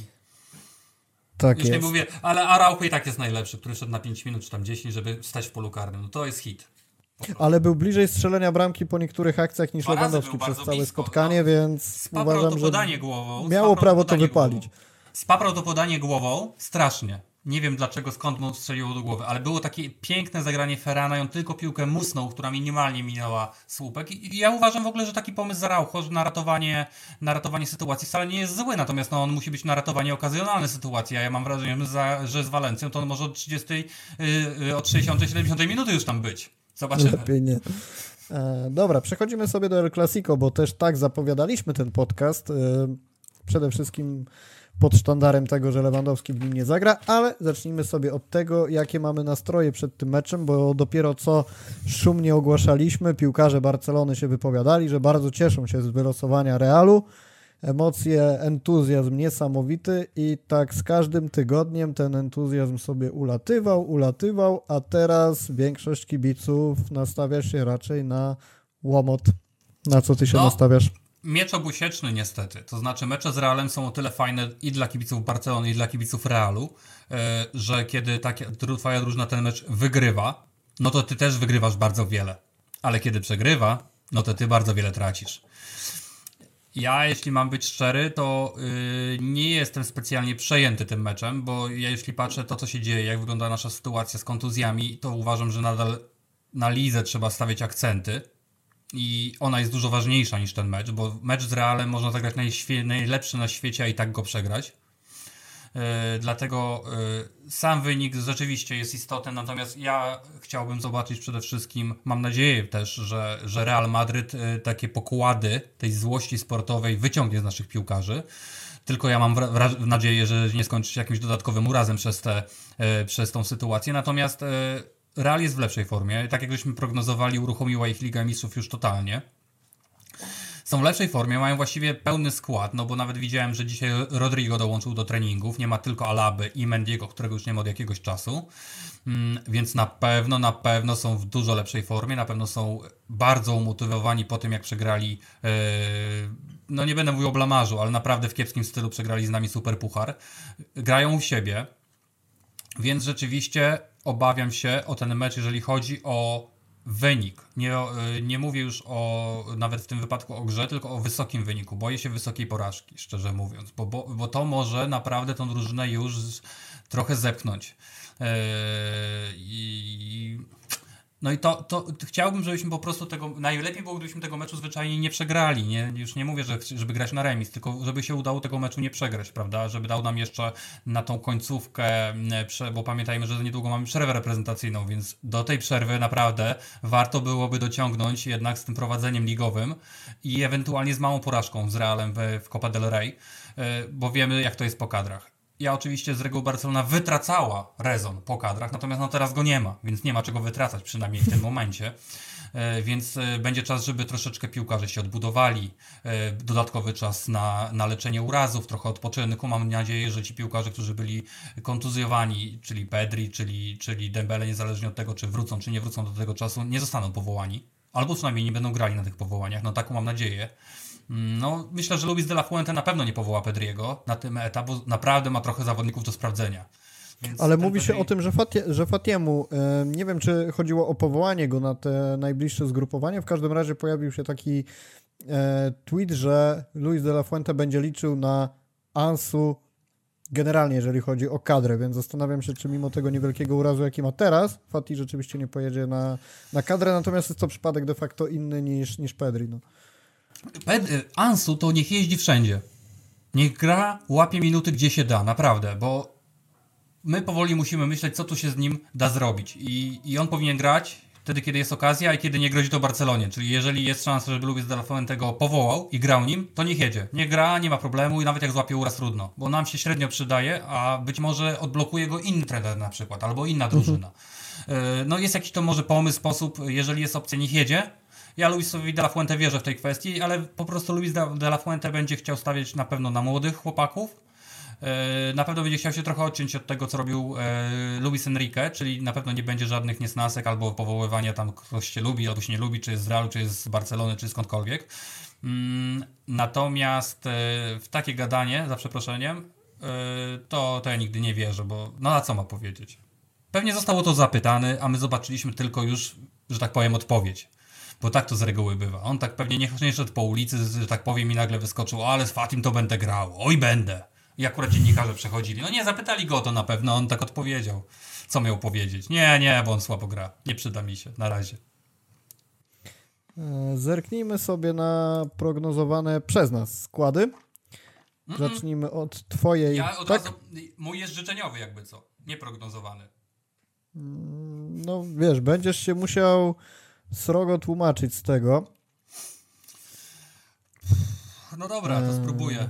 Tak
Już
jest.
nie mówię, ale Araujo i tak jest najlepszy, który szedł na pięć minut czy tam dziesięć, żeby stać w polu karnym. No to jest hit.
Ale był bliżej strzelenia bramki po niektórych akcjach niż
Dwa razy
Lewandowski
był
przez
bardzo
całe
blisko,
spotkanie,
no.
więc
Spaprał
uważam,
to
że
podanie głową.
miało
spaprał
prawo to
podanie
wypalić.
Głową. Spaprał to podanie głową strasznie. Nie wiem dlaczego, skąd mu strzeliło do głowy, ale było takie piękne zagranie Ferrana, on tylko piłkę musnął, która minimalnie minęła słupek. I, i ja uważam w ogóle, że taki pomysł z Araujo na ratowanie, na ratowanie sytuacji wcale nie jest zły, natomiast no, on musi być na ratowanie okazjonalne sytuacji, a ja mam wrażenie, że, za, że z Walencją to on może od trzydziestej, yy, yy, od sześćdziesiątej, siedemdziesiątej minuty już tam być. Zobaczymy.
Lepiej nie. E, dobra, przechodzimy sobie do El Clasico, bo też tak zapowiadaliśmy ten podcast. E, przede wszystkim pod sztandarem tego, że Lewandowski w nim nie zagra, ale zacznijmy sobie od tego, jakie mamy nastroje przed tym meczem, bo dopiero co szumnie ogłaszaliśmy, piłkarze Barcelony się wypowiadali, że bardzo cieszą się z wylosowania Realu. Emocje, entuzjazm niesamowity i tak z każdym tygodniem ten entuzjazm sobie ulatywał, ulatywał, a teraz większość kibiców nastawia się raczej na łomot. Na co ty się
No.
nastawiasz?
Miecz obusieczny niestety, to znaczy mecze z Realem są o tyle fajne i dla kibiców Barcelony i dla kibiców Realu, yy, że kiedy takie, twoja drużyna ten mecz wygrywa, no to ty też wygrywasz bardzo wiele, ale kiedy przegrywa, no to ty bardzo wiele tracisz. Ja, jeśli mam być szczery, to yy, nie jestem specjalnie przejęty tym meczem, bo ja jeśli patrzę to, co się dzieje, jak wygląda nasza sytuacja z kontuzjami, to uważam, że nadal na lidze trzeba stawiać akcenty. I ona jest dużo ważniejsza niż ten mecz, bo mecz z Realem można zagrać najświe- najlepszy na świecie, a i tak go przegrać. Yy, dlatego yy, sam wynik rzeczywiście jest istotny, natomiast ja chciałbym zobaczyć przede wszystkim, mam nadzieję też, że, że Real Madryt yy, takie pokłady tej złości sportowej wyciągnie z naszych piłkarzy. Tylko ja mam wra- wra- nadzieję, że nie skończy się jakimś dodatkowym urazem przez, te, yy, przez tą sytuację. Natomiast yy, Real jest w lepszej formie. Tak jak żeśmy prognozowali, uruchomiła ich Liga Mistrzów już totalnie. Są w lepszej formie, mają właściwie pełny skład, no bo nawet widziałem, że dzisiaj Rodrigo dołączył do treningów, nie ma tylko Alaby i Mendiego, którego już nie ma od jakiegoś czasu, mm, więc na pewno, na pewno są w dużo lepszej formie, na pewno są bardzo umotywowani po tym, jak przegrali, yy, no nie będę mówił o blamarzu, ale naprawdę w kiepskim stylu przegrali z nami Superpuchar. Grają u siebie, więc rzeczywiście obawiam się o ten mecz, jeżeli chodzi o wynik. Nie, nie mówię już o, nawet w tym wypadku o grze, tylko o wysokim wyniku. Boję się wysokiej porażki, szczerze mówiąc, bo, bo, bo to może naprawdę tą drużynę już trochę zepchnąć. Yy, i No i to, to chciałbym, żebyśmy po prostu tego, najlepiej było, gdybyśmy tego meczu zwyczajnie nie przegrali, nie, już nie mówię, że, żeby grać na remis, tylko żeby się udało tego meczu nie przegrać, prawda, żeby dał nam jeszcze na tą końcówkę, bo pamiętajmy, że niedługo mamy przerwę reprezentacyjną, więc do tej przerwy naprawdę warto byłoby dociągnąć jednak z tym prowadzeniem ligowym i ewentualnie z małą porażką z Realem w, w Copa del Rey, bo wiemy, jak to jest po kadrach. Ja oczywiście z reguły Barcelona wytracała rezon po kadrach, natomiast no teraz go nie ma, więc nie ma czego wytracać, przynajmniej w tym momencie. więc będzie czas, żeby troszeczkę piłkarze się odbudowali, dodatkowy czas na, na leczenie urazów, trochę odpoczynku. Mam nadzieję, że ci piłkarze, którzy byli kontuzjowani, czyli Pedri, czyli, czyli Dembele, niezależnie od tego, czy wrócą, czy nie wrócą do tego czasu, nie zostaną powołani, albo przynajmniej nie będą grali na tych powołaniach, no taką mam nadzieję. No, myślę, że Luis de la Fuente na pewno nie powoła Pedriego na tym etapie, bo naprawdę ma trochę zawodników do sprawdzenia. Więc
ale mówi się
Pedri...
o tym, że, Fatie, że Fatiemu, e, nie wiem, czy chodziło o powołanie go na te najbliższe zgrupowanie, w każdym razie pojawił się taki e, tweet, że Luis de la Fuente będzie liczył na Ansu generalnie, jeżeli chodzi o kadrę, więc zastanawiam się, czy mimo tego niewielkiego urazu, jaki ma teraz, Fati rzeczywiście nie pojedzie na, na kadrę, natomiast jest to przypadek de facto inny niż, niż Pedri. No.
Ped- Ansu to niech jeździ wszędzie. Niech gra, łapie minuty gdzie się da, naprawdę, bo my powoli musimy myśleć, co tu się z nim da zrobić. I, i on powinien grać wtedy, kiedy jest okazja i kiedy nie grozi to Barcelonie. Czyli jeżeli jest szansa, żeby Luis de la Fuente go powołał i grał nim, to niech jedzie. Nie gra, nie ma problemu i nawet jak złapie uraz, trudno. Bo nam się średnio przydaje, a być może odblokuje go inny trener na przykład, albo inna drużyna. Mhm. No jest jakiś to może pomysł, sposób, jeżeli jest opcja, niech jedzie. Ja Luisowi de la Fuente wierzę w tej kwestii, ale po prostu Luis de la Fuente będzie chciał stawiać na pewno na młodych chłopaków. Na pewno będzie chciał się trochę odciąć od tego, co robił Luis Enrique, czyli na pewno nie będzie żadnych niesnasek albo powoływania tam ktoś się lubi albo się nie lubi, czy jest z Realu, czy jest z Barcelony, czy skądkolwiek. Natomiast w takie gadanie, za przeproszeniem, to, to ja nigdy nie wierzę, bo no a co ma powiedzieć? Pewnie zostało to zapytany, a my zobaczyliśmy tylko już, że tak powiem, odpowiedź. Bo tak to z reguły bywa. On tak pewnie nie, nie szedł po ulicy, że tak powiem, i nagle wyskoczył, ale z Fatim to będę grał, oj będę. I akurat dziennikarze przechodzili. No nie, zapytali go o to na pewno, on tak odpowiedział. Co miał powiedzieć? Nie, nie, bo on słabo gra. Nie przyda mi się, na razie.
Zerknijmy sobie na prognozowane przez nas składy. Mm-mm. Zacznijmy od twojej.
Ja od
tak?
razu, mój jest życzeniowy jakby co, nie prognozowany.
No wiesz, będziesz się musiał srogo tłumaczyć z tego.
No dobra, to spróbuję.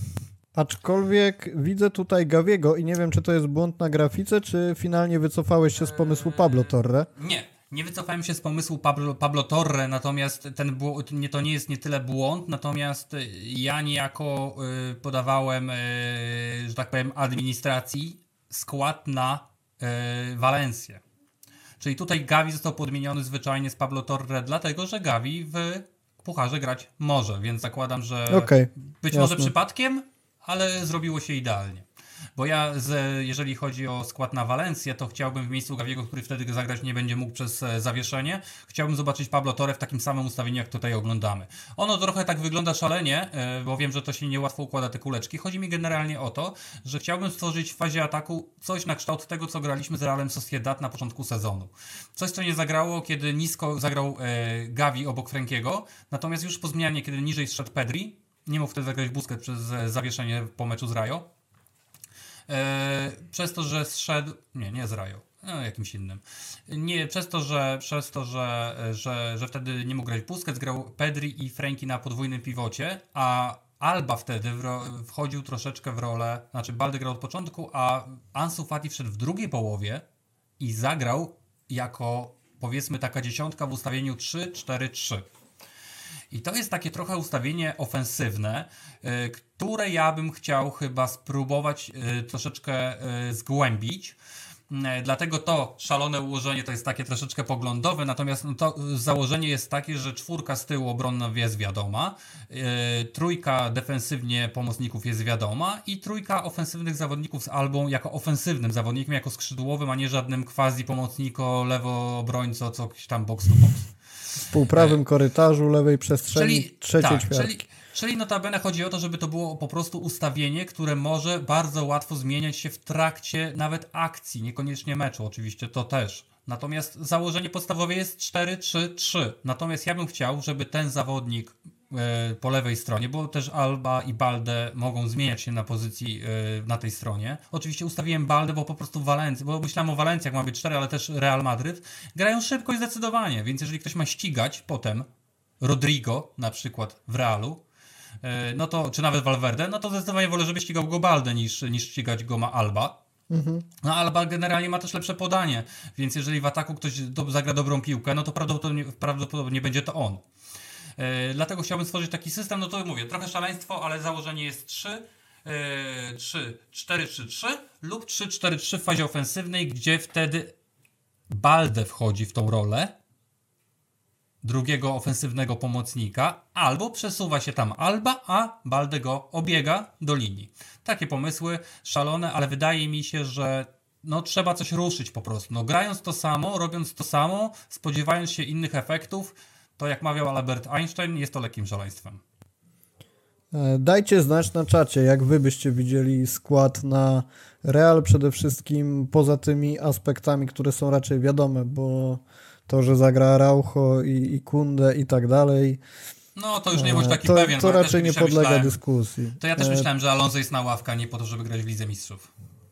Aczkolwiek widzę tutaj Gaviego i nie wiem, czy to jest błąd na grafice, czy finalnie wycofałeś się z pomysłu Pablo Torre.
Nie, nie wycofałem się z pomysłu Pablo, Pablo Torre, natomiast ten błąd, nie, to nie jest nie tyle błąd, natomiast ja niejako y, podawałem, y, że tak powiem, administracji skład na y, Walencję. Czyli tutaj Gavi został podmieniony zwyczajnie z Pablo Torre, dlatego że Gavi w pucharze grać może, więc zakładam, że
okay,
być
jasne.
może przypadkiem, ale zrobiło się idealnie. Bo ja, z, jeżeli chodzi o skład na Walencję, to chciałbym w miejscu Gaviego, który wtedy zagrać nie będzie mógł przez zawieszenie, chciałbym zobaczyć Pablo Torre w takim samym ustawieniu, jak tutaj oglądamy. Ono trochę tak wygląda szalenie, bo wiem, że to się niełatwo układa te kuleczki. Chodzi mi generalnie o to, że chciałbym stworzyć w fazie ataku coś na kształt tego, co graliśmy z Realem Sociedad na początku sezonu. Coś, co nie zagrało, kiedy nisko zagrał e, Gavi obok Frankiego, natomiast już po zmianie, kiedy niżej zszedł Pedri, nie mógł wtedy zagrać Busquets przez zawieszenie po meczu z Rayo. Eee, przez to, że zszedł... Nie, nie z Rayo. No, jakimś innym. Nie, przez to, że przez to, że, że, że wtedy nie mógł grać Busquets, grał Pedri i Franki na podwójnym pivocie, a Alba wtedy w ro, wchodził troszeczkę w rolę, znaczy Balde grał od początku, a Ansu Fati wszedł w drugiej połowie i zagrał jako, powiedzmy, taka dziesiątka w ustawieniu trzy cztery trzy. I to jest takie trochę ustawienie ofensywne, y, które ja bym chciał chyba spróbować y, troszeczkę y, zgłębić. Y, dlatego to szalone ułożenie to jest takie troszeczkę poglądowe, natomiast no, to założenie jest takie, że czwórka z tyłu obronna jest wiadoma, y, trójka defensywnie pomocników jest wiadoma i trójka ofensywnych zawodników z Albą jako ofensywnym zawodnikiem, jako skrzydłowym, a nie żadnym quasi pomocniko, lewo obrońco, coś tam box to box.
W półprawym korytarzu, lewej przestrzeni,
czyli,
trzeciej
tak,
ćwiartki.
Czyli, czyli notabene chodzi o to, żeby to było po prostu ustawienie, które może bardzo łatwo zmieniać się w trakcie nawet akcji, niekoniecznie meczu oczywiście, to też. Natomiast założenie podstawowe jest cztery trzy trzy. Natomiast ja bym chciał, żeby ten zawodnik e, po lewej stronie, bo też Alba i Balde mogą zmieniać się na pozycji e, na tej stronie. Oczywiście ustawiłem Balde, bo po prostu Walencja, bo myślałem o Walencji, jak ma być cztery, ale też Real Madryt. Grają szybko i zdecydowanie, więc jeżeli ktoś ma ścigać potem Rodrigo na przykład w Realu, e, no to, czy nawet Valverde, no to zdecydowanie wolę, żeby ścigał go Balde niż, niż ścigać go ma Alba.
Mhm.
No Alba generalnie ma też lepsze podanie, więc jeżeli w ataku ktoś do, zagra dobrą piłkę, no to prawdopodobnie, prawdopodobnie będzie to on. Yy, dlatego chciałbym stworzyć taki system, no to mówię, trochę szaleństwo, ale założenie jest trzy, trzy cztery trzy trzy lub trzy cztery trzy w fazie ofensywnej, gdzie wtedy Balde wchodzi w tą rolę drugiego ofensywnego pomocnika, albo przesuwa się tam Alba, a Balde go obiega do linii. Takie pomysły szalone, ale wydaje mi się, że no trzeba coś ruszyć po prostu. No grając to samo, robiąc to samo, spodziewając się innych efektów, to jak mawiał Albert Einstein, jest to lekkim szaleństwem.
Dajcie znać na czacie, jak wy byście widzieli skład na Real, przede wszystkim poza tymi aspektami, które są raczej wiadome, bo to, że zagra Araujo i, i Kunde i tak dalej,
no to już nie bądź taki
to,
pewien.
to
ja
raczej nie podlega
myślałem,
dyskusji.
To ja też myślałem, że Alonso jest na ławkę, a nie po to, żeby grać w Lidze Mistrzów.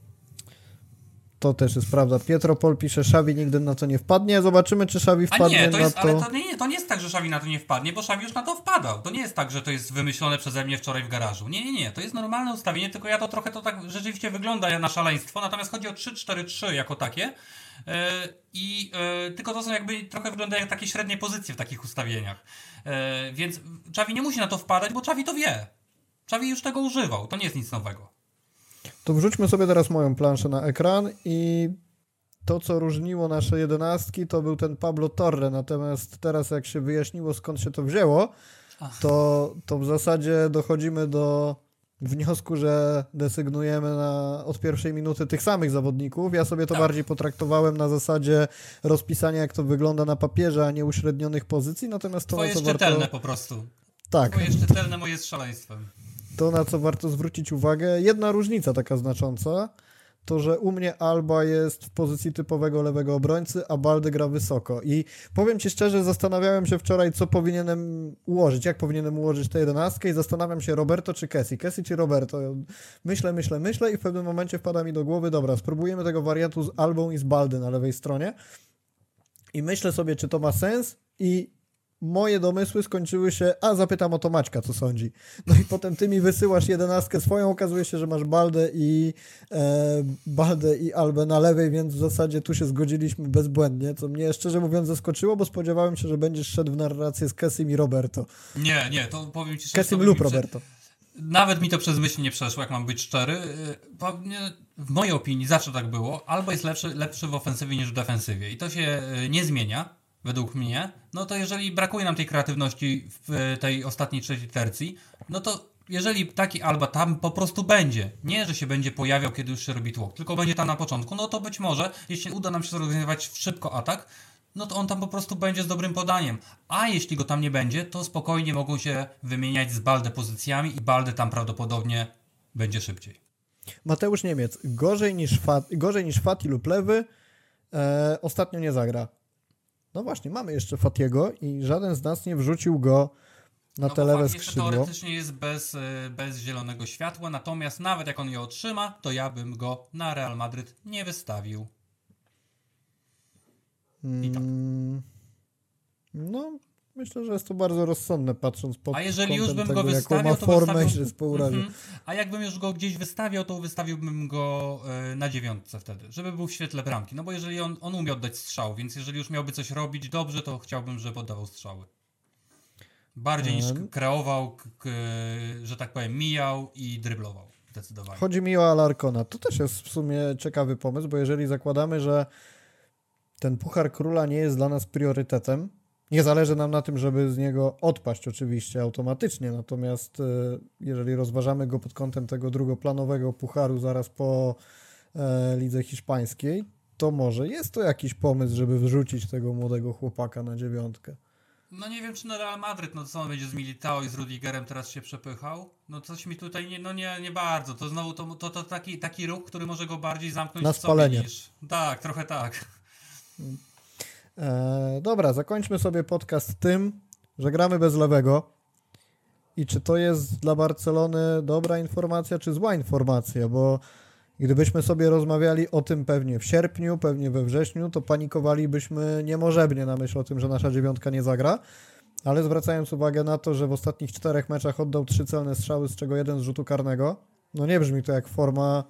To też jest prawda. Pietro Pol pisze, Xavi nigdy na to nie wpadnie. Zobaczymy, czy Xavi wpadnie
A nie, to jest,
na to.
ale to nie, to nie jest tak, że Xavi na to nie wpadnie, bo Xavi już na to wpadał. To nie jest tak, że to jest wymyślone przeze mnie wczoraj w garażu. Nie, nie, nie. To jest normalne ustawienie, tylko ja to trochę to tak rzeczywiście wygląda na szaleństwo. Natomiast chodzi o trzy cztery trzy jako takie. Yy, I yy, tylko to są jakby trochę wyglądają jak takie średnie pozycje w takich ustawieniach. Yy, więc Xavi nie musi na to wpadać, bo Xavi to wie. Xavi już tego używał. To nie jest nic nowego.
To wrzućmy sobie teraz moją planszę na ekran i to, co różniło nasze jedenastki, to był ten Pablo Torre, natomiast teraz jak się wyjaśniło, skąd się to wzięło, to, to w zasadzie dochodzimy do wniosku, że desygnujemy na, od pierwszej minuty tych samych zawodników. Ja sobie to
tak.
bardziej potraktowałem na zasadzie rozpisania, jak to wygląda na papierze, a nie uśrednionych pozycji, natomiast to,
Twoje
na co
szczytelne
warto...
po prostu.
Tak.
Twoje szczytelne moje jest szaleństwem.
To, na co warto zwrócić uwagę, jedna różnica taka znacząca, to, że u mnie Alba jest w pozycji typowego lewego obrońcy, a Balde gra wysoko. I powiem Ci szczerze, zastanawiałem się wczoraj, co powinienem ułożyć, jak powinienem ułożyć tę jedenastkę i zastanawiam się, Roberto czy Kessi. Kessi czy Roberto? Myślę, myślę, myślę i w pewnym momencie wpada mi do głowy, dobra, spróbujemy tego wariantu z Albą i z Balde na lewej stronie i myślę sobie, czy to ma sens i moje domysły skończyły się, a zapytam o to Maćka, co sądzi. No i potem ty mi wysyłasz jedenastkę swoją, okazuje się, że masz Baldę i e, Baldę i Albę na lewej, więc w zasadzie tu się zgodziliśmy bezbłędnie, co mnie szczerze mówiąc zaskoczyło, bo spodziewałem się, że będziesz szedł w narrację z Kessim i Roberto.
Nie, nie, to powiem ci, że
Kessim lub Roberto.
Nawet mi to przez myśl nie przeszło, jak mam być szczery. W mojej opinii zawsze tak było. Albo jest lepszy, lepszy w ofensywie niż w defensywie i to się nie zmienia. Według mnie, no to jeżeli brakuje nam tej kreatywności w tej ostatniej trzeciej tercji, no to jeżeli taki Alba tam po prostu będzie, nie, że się będzie pojawiał, kiedy już się robi tłok, tylko będzie tam na początku, no to być może, jeśli uda nam się zorganizować szybko atak, no to on tam po prostu będzie z dobrym podaniem. A jeśli go tam nie będzie, to spokojnie mogą się wymieniać z Balde pozycjami i Balde tam prawdopodobnie będzie szybciej.
Mateusz Niemiec, gorzej niż, Fat, gorzej niż Fati lub Lewy, e, ostatnio nie zagra. No właśnie, mamy jeszcze Fatiego i żaden z nas nie wrzucił go na
no
te lewe skrzydło.
Teoretycznie jest bez, bez zielonego światła, natomiast nawet jak on je otrzyma, to ja bym go na Real Madryt nie wystawił. I tak.
Mm, no, myślę, że jest to bardzo rozsądne, patrząc pod
A jeżeli już bym
tego,
go
jaką
wystawiał,
ma
to
formę
wystawił...
i że jest po urazie.
Mm-hmm. A jakbym już go gdzieś wystawiał, to wystawiłbym go y, na dziewiątce wtedy, żeby był w świetle bramki. No bo jeżeli on, on umie oddać strzał, więc jeżeli już miałby coś robić dobrze, to chciałbym, żeby oddawał strzały. Bardziej niż
Um.
kreował, k- k- że tak powiem, mijał i dryblował. Zdecydowanie.
Chodzi mi o Alarcona. To też jest w sumie ciekawy pomysł, bo jeżeli zakładamy, że ten Puchar Króla nie jest dla nas priorytetem, nie zależy nam na tym, żeby z niego odpaść oczywiście automatycznie, natomiast jeżeli rozważamy go pod kątem tego drugoplanowego pucharu zaraz po e, lidze hiszpańskiej, to może jest to jakiś pomysł, żeby wrzucić tego młodego chłopaka na dziewiątkę.
No nie wiem, czy na Real Madryt, no co on będzie z Militao i z Rudigerem teraz się przepychał? No coś mi tutaj, nie, no nie, nie bardzo. To znowu to, to, to taki, taki ruch, który może go bardziej zamknąć
na
w
spalenie.
sobie niż... Tak, trochę tak.
E, dobra, zakończmy sobie podcast tym, że gramy bez lewego. I czy to jest dla Barcelony dobra informacja, czy zła informacja? Bo gdybyśmy sobie rozmawiali o tym pewnie w sierpniu, pewnie we wrześniu, to panikowalibyśmy niemożebnie na myśl o tym, że nasza dziewiątka nie zagra. Ale zwracając uwagę na to, że w ostatnich czterech meczach oddał trzy celne strzały, z czego jeden z rzutu karnego, no nie brzmi to jak forma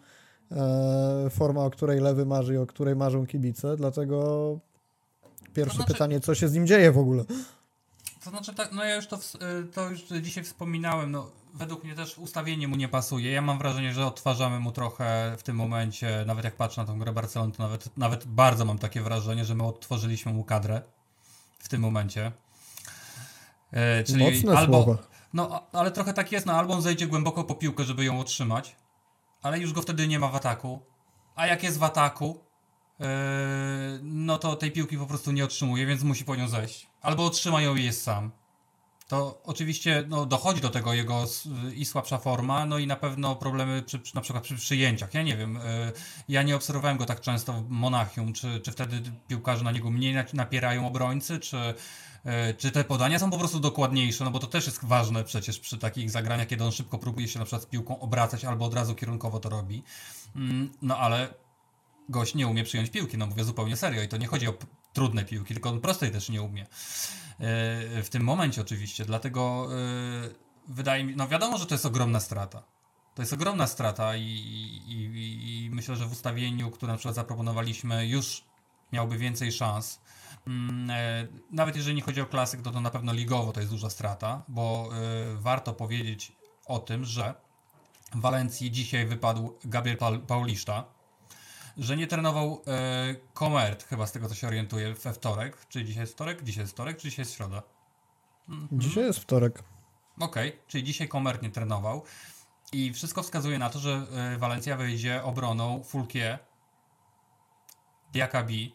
e, forma, o której Lewy marzy i o której marzą kibice, dlatego pierwsze to znaczy, pytanie, co się z nim dzieje w ogóle?
To znaczy, tak, no ja już to, to już dzisiaj wspominałem, no według mnie też ustawienie mu nie pasuje. Ja mam wrażenie, że odtwarzamy mu trochę w tym momencie, nawet jak patrzę na tą grę Barcelony, to nawet, nawet bardzo mam takie wrażenie, że my odtworzyliśmy mu kadrę w tym momencie. E, czyli
Mocne
albo,
słowa.
no ale trochę tak jest, no albo on zejdzie głęboko po piłkę, żeby ją otrzymać, ale już go wtedy nie ma w ataku. A jak jest w ataku, yy, no to tej piłki po prostu nie otrzymuje, więc musi po nią zejść. Albo otrzyma ją i jest sam. To oczywiście no, dochodzi do tego jego s- i słabsza forma, no i na pewno problemy przy, przy, na przykład przy przyjęciach. Ja nie wiem, yy, ja nie obserwowałem go tak często w Monachium, czy, czy wtedy piłkarze na niego mniej na- napierają obrońcy, czy, yy, czy te podania są po prostu dokładniejsze, no bo to też jest ważne przecież przy takich zagraniach, kiedy on szybko próbuje się na przykład z piłką obracać albo od razu kierunkowo to robi. Mm, no ale gość nie umie przyjąć piłki, no mówię zupełnie serio i to nie chodzi o p- trudne piłki, tylko on prostej też nie umie. Yy, w tym momencie oczywiście, dlatego yy, wydaje mi, no wiadomo, że to jest ogromna strata. To jest ogromna strata i, i, i, i myślę, że w ustawieniu, które na przykład zaproponowaliśmy, już miałby więcej szans. Mm, e, nawet jeżeli nie chodzi o klasyk, to to na pewno ligowo to jest duża strata, bo yy, warto powiedzieć o tym, że w Walencji dzisiaj wypadł Gabriel Paul- Paulista, że nie trenował e, Komert, chyba z tego co się orientuję, we wtorek. Czy dzisiaj jest wtorek? Dzisiaj jest wtorek, czy dzisiaj jest środa? Mhm.
Dzisiaj jest wtorek.
Okej, czyli dzisiaj Komert nie trenował. I wszystko wskazuje na to, że e, Walencja wyjdzie obroną Fulkie, Diakabi,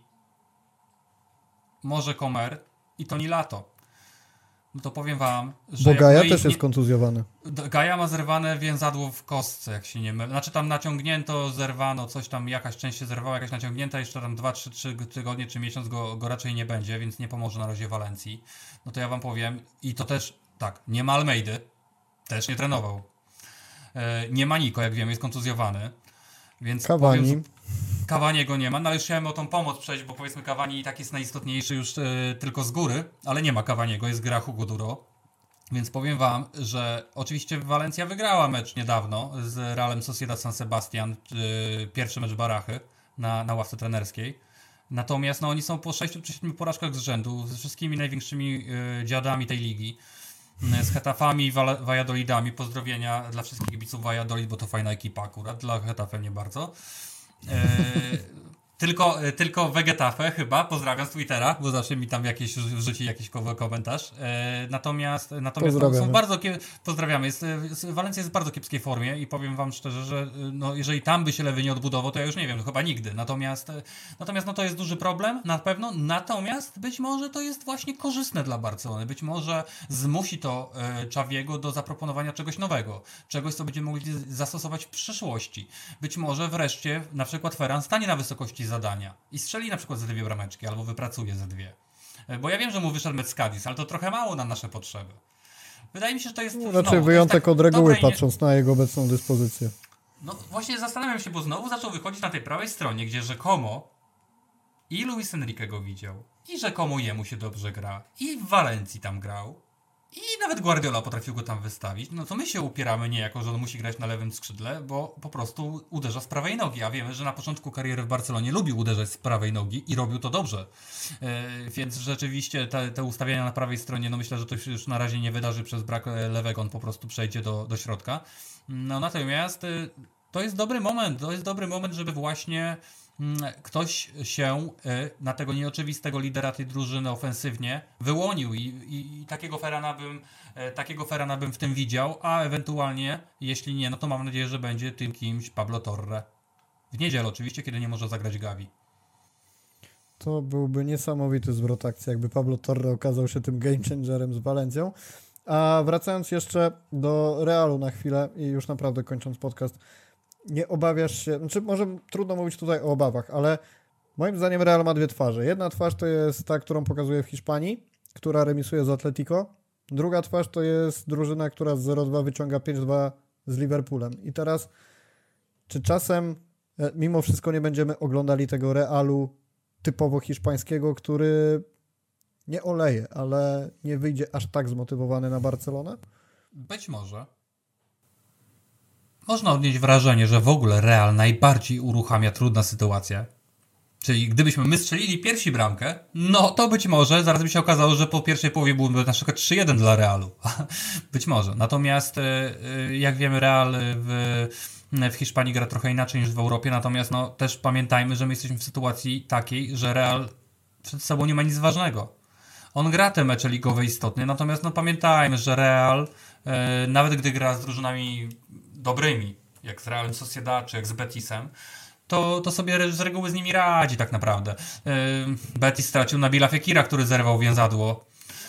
może Komert i Toni Lato. No to powiem wam, że...
Bo
jak
Gaja
my ich
też jest
nie-
kontuzjowany.
D- Gaja ma zerwane więzadło w kostce, jak się nie mylę. Znaczy tam naciągnięto, zerwano, coś tam, jakaś część się zerwała, jakaś naciągnięta, jeszcze tam dwa trzy tygodnie czy miesiąc go, go raczej nie będzie, więc nie pomoże na razie Walencji. No to ja wam powiem, i to też, tak, nie ma Almeidy, też nie trenował. E, nie ma Niko, jak wiemy, jest kontuzjowany. Więc
Cavani.
powiem, Cavaniego nie ma, no ale już chciałem o tą pomoc przejść, bo powiedzmy Cavani i tak jest najistotniejszy już e, tylko z góry, ale nie ma Cavaniego, jest gra Hugo Duro. Więc powiem wam, że oczywiście Walencja wygrała mecz niedawno z Realem Sociedad San Sebastian, yy, pierwszy mecz Barachy na, na ławce trenerskiej. Natomiast no, oni są po sześciu czy siedmiu porażkach z rzędu, ze wszystkimi największymi yy, dziadami tej ligi. Yy, z Hetafami i Wal- Valladolidami. Pozdrowienia dla wszystkich kibiców Valladolid, bo to fajna ekipa akurat, dla Hetafe nie bardzo. Yy, Tylko, tylko Vegetafe chyba, pozdrawiam z Twittera, bo zawsze mi tam jakieś wrzuci jakiś ko- komentarz. E, natomiast natomiast no, są
Pozdrawiamy.
bardzo kie- pozdrawiamy. Jest, jest, Walencja jest w bardzo kiepskiej formie i powiem wam szczerze, że no, jeżeli tam by się Lewy nie odbudował, to ja już nie wiem, no, chyba nigdy. Natomiast, natomiast no, to jest duży problem, na pewno. Natomiast być może to jest właśnie korzystne dla Barcelony. Być może zmusi to e, Xaviego do zaproponowania czegoś nowego. Czegoś, co będziemy mogli zastosować w przyszłości. Być może wreszcie na przykład Ferran stanie na wysokości zadania i strzeli na przykład ze dwie brameczki albo wypracuje ze dwie. E, Bo ja wiem, że mu wyszedł mecz z Cadiz, ale to trochę mało na nasze potrzeby. Wydaje mi się, że to jest...
No,
znowu,
raczej
to jest
wyjątek
tak
od reguły,
dobre i nie-
patrząc na jego obecną dyspozycję.
No właśnie zastanawiam się, bo znowu zaczął wychodzić na tej prawej stronie, gdzie rzekomo i Luis Enrique go widział, i rzekomo jemu się dobrze gra, i w Walencji tam grał, i nawet Guardiola potrafił go tam wystawić. No to my się upieramy niejako, że on musi grać na lewym skrzydle, bo po prostu uderza z prawej nogi, a wiemy, że na początku kariery w Barcelonie lubił uderzać z prawej nogi i robił to dobrze. E, więc rzeczywiście te, te ustawienia na prawej stronie, no myślę, że to się już na razie nie wydarzy przez brak e, lewego, on po prostu przejdzie do, do środka. No natomiast e, to jest dobry moment, to jest dobry moment, żeby właśnie mm, ktoś się y, na tego nieoczywistego lidera tej drużyny ofensywnie wyłonił i, i, i takiego Ferrana bym y, takiego Ferrana bym w tym widział, a ewentualnie, jeśli nie, no to mam nadzieję, że będzie tym kimś Pablo Torre. W niedzielę oczywiście, kiedy nie może zagrać Gavi.
To byłby niesamowity zwrot akcji, jakby Pablo Torre okazał się tym game changerem z Walencją. A wracając jeszcze do Realu na chwilę i już naprawdę kończąc podcast, nie obawiasz się, znaczy może trudno mówić tutaj o obawach, ale moim zdaniem Real ma dwie twarze. Jedna twarz to jest ta, którą pokazuje w Hiszpanii, która remisuje z Atletico. Druga twarz to jest drużyna, która z zero dwa wyciąga pięć dwa z Liverpoolem. I teraz, czy czasem e, mimo wszystko nie będziemy oglądali tego Realu typowo hiszpańskiego, który nie oleje, ale nie wyjdzie aż tak zmotywowany na Barcelonę?
Być może. można odnieść wrażenie, że w ogóle Real najbardziej uruchamia trudna sytuacja. Czyli gdybyśmy my strzelili pierwsi bramkę, no to być może zaraz by się okazało, że po pierwszej połowie byłby na przykład trzy jeden dla Realu. Być może. Natomiast jak wiemy, Real w, w Hiszpanii gra trochę inaczej niż w Europie, natomiast no też pamiętajmy, że my jesteśmy w sytuacji takiej, że Real przed sobą nie ma nic ważnego. On gra te mecze ligowe istotnie, natomiast no pamiętajmy, że Real e, nawet gdy gra z drużynami dobrymi, jak z Realem Sociedad czy jak z Betisem, to, to sobie z reguły z nimi radzi tak naprawdę. Yy, Betis stracił Nabila Fekira, który zerwał więzadło.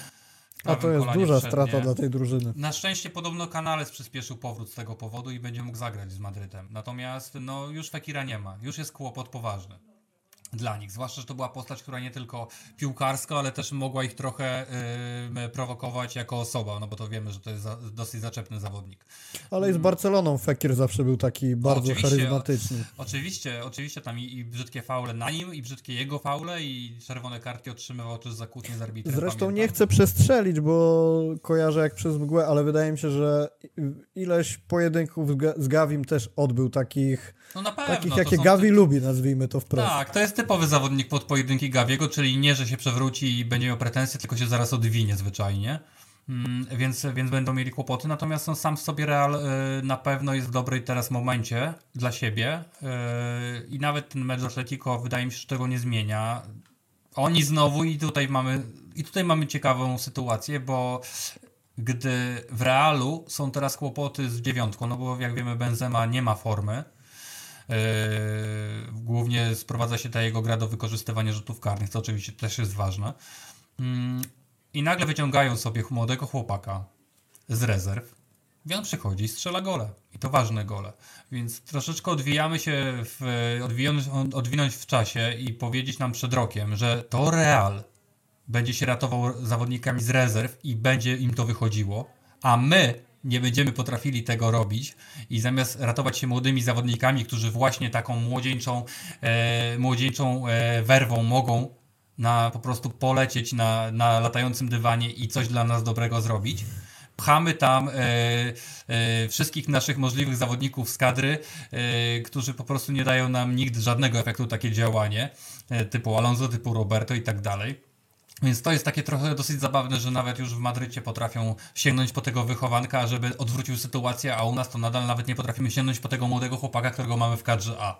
A to jest duża strata dla tej drużyny.
Na szczęście podobno Canales przyspieszył powrót z tego powodu i będzie mógł zagrać z Madrytem. Natomiast no, już Fekira nie ma. Już jest kłopot poważny dla nich. Zwłaszcza, że to była postać, która nie tylko piłkarska, ale też mogła ich trochę yy, prowokować jako osoba, no bo to wiemy, że to jest za, dosyć zaczepny zawodnik.
Ale i z Barceloną Fekir zawsze był taki bardzo oczywiście, charyzmatyczny.
O, oczywiście, oczywiście tam i, i brzydkie faule na nim, i brzydkie jego faule, i czerwone kartki otrzymywał też za kłótnie z arbitrem.
Zresztą
pamiętam.
Nie chcę przestrzelić, bo kojarzę jak przez mgłę, ale wydaje mi się, że ileś pojedynków z Gavim też odbył takich,
no na pewno,
takich jakie Gavi ty... lubi, nazwijmy to wprost.
Tak, to jest typowy zawodnik pod pojedynki Gaviego, czyli nie, że się przewróci i będzie miał pretensje, tylko się zaraz odwinie zwyczajnie. Mm, więc, więc będą mieli kłopoty, natomiast on sam w sobie Real y, na pewno jest w dobrej teraz momencie dla siebie y, i nawet ten mecz z Atletico wydaje mi się, że tego nie zmienia. Oni znowu i tutaj mamy i tutaj mamy ciekawą sytuację, bo gdy w Realu są teraz kłopoty z dziewiątką, no bo jak wiemy Benzema nie ma formy, yy, głównie sprowadza się ta jego gra do wykorzystywania rzutów karnych, co oczywiście też jest ważne. Yy, I nagle wyciągają sobie młodego chłopaka z rezerw i on przychodzi i strzela gole. I to ważne gole. Więc troszeczkę odwijamy się, w, odwinąć, odwinąć w czasie i powiedzieć nam przed rokiem, że to Real będzie się ratował zawodnikami z rezerw i będzie im to wychodziło, a my nie będziemy potrafili tego robić i zamiast ratować się młodymi zawodnikami, którzy właśnie taką młodzieńczą, e, młodzieńczą e, werwą mogą na, po prostu polecieć na, na latającym dywanie i coś dla nas dobrego zrobić, pchamy tam e, e, wszystkich naszych możliwych zawodników z kadry, e, którzy po prostu nie dają nam nigdy żadnego efektu takie działanie, e, typu Alonso, typu Roberto i tak dalej. Więc to jest takie trochę dosyć zabawne, że nawet już w Madrycie potrafią sięgnąć po tego wychowanka, żeby odwrócił sytuację, a u nas to nadal nawet nie potrafimy sięgnąć po tego młodego chłopaka, którego mamy w kadrze A.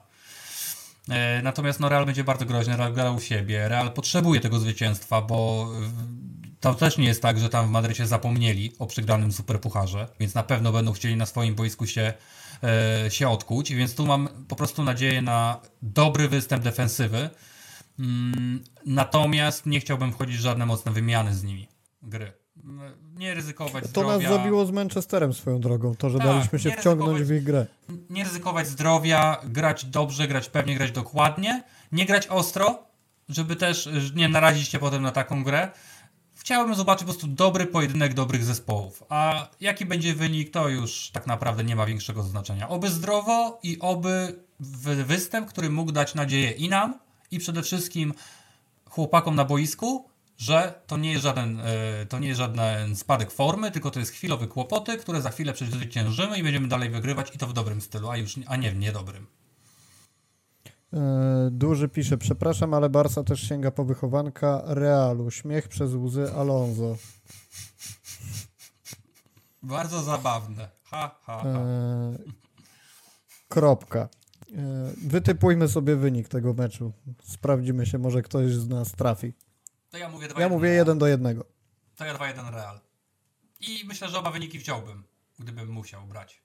E, natomiast no, Real będzie bardzo groźny, Real gra u siebie, Real potrzebuje tego zwycięstwa, bo to też nie jest tak, że tam w Madrycie zapomnieli o przegranym superpucharze, więc na pewno będą chcieli na swoim boisku się, e, się odkuć, więc tu mam po prostu nadzieję na dobry występ defensywy. Mm, natomiast nie chciałbym wchodzić w żadne mocne wymiany z nimi gry. Nie ryzykować
to
zdrowia.
To nas zabiło z Manchesterem swoją drogą, to, że
tak,
daliśmy się wciągnąć w ich grę.
Nie ryzykować zdrowia, grać dobrze, grać pewnie, grać dokładnie, nie grać ostro, żeby też nie narazić się potem na taką grę. Chciałbym zobaczyć po prostu dobry pojedynek dobrych zespołów. A jaki będzie wynik, to już tak naprawdę nie ma większego znaczenia. Oby zdrowo i oby występ, który mógł dać nadzieję i nam, i przede wszystkim chłopakom na boisku, że to nie jest żaden, to nie jest żaden spadek formy, tylko to jest chwilowe kłopoty, które za chwilę przezwyciężymy i będziemy dalej wygrywać i to w dobrym stylu, a już a nie w niedobrym.
Duży pisze, przepraszam, ale Barca też sięga po wychowanka Realu. Śmiech przez łzy Alonso.
Bardzo zabawne. Ha, ha, ha.
E, kropka. Wytypujmy sobie wynik tego meczu. Sprawdzimy się, może ktoś z nas trafi.
To ja mówię dwa
Ja mówię jeden do jednego.
To ja dwa jeden Real. I myślę, że oba wyniki wziąłbym, gdybym musiał brać.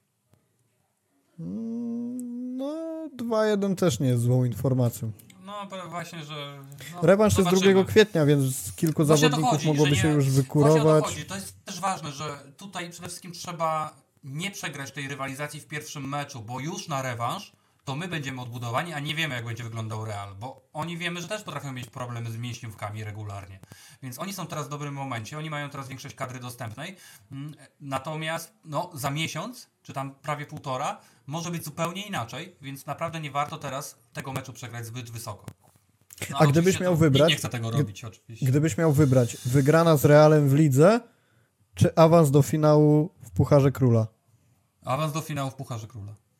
No, dwa jeden też nie jest złą informacją.
No, właśnie, że... No,
rewanż jest drugiego kwietnia, więc kilku właśnie zawodników chodzi, mogłoby nie, się już wykurować.
To, to jest też ważne, że tutaj przede wszystkim trzeba nie przegrać tej rywalizacji w pierwszym meczu, bo już na rewanż to my będziemy odbudowani, a nie wiemy, jak będzie wyglądał Real, bo oni wiemy, że też potrafią mieć problemy z mięśniówkami regularnie. Więc oni są teraz w dobrym momencie, oni mają teraz większość kadry dostępnej, natomiast no, za miesiąc, czy tam prawie półtora, może być zupełnie inaczej, więc naprawdę nie warto teraz tego meczu przegrać zbyt wysoko. No,
a gdybyś miał wybrać,
nie chcę tego robić, oczywiście.
Gdybyś miał wybrać wygrana z Realem w lidze, czy awans do finału w Pucharze Króla?
Awans do finału w Pucharze Króla.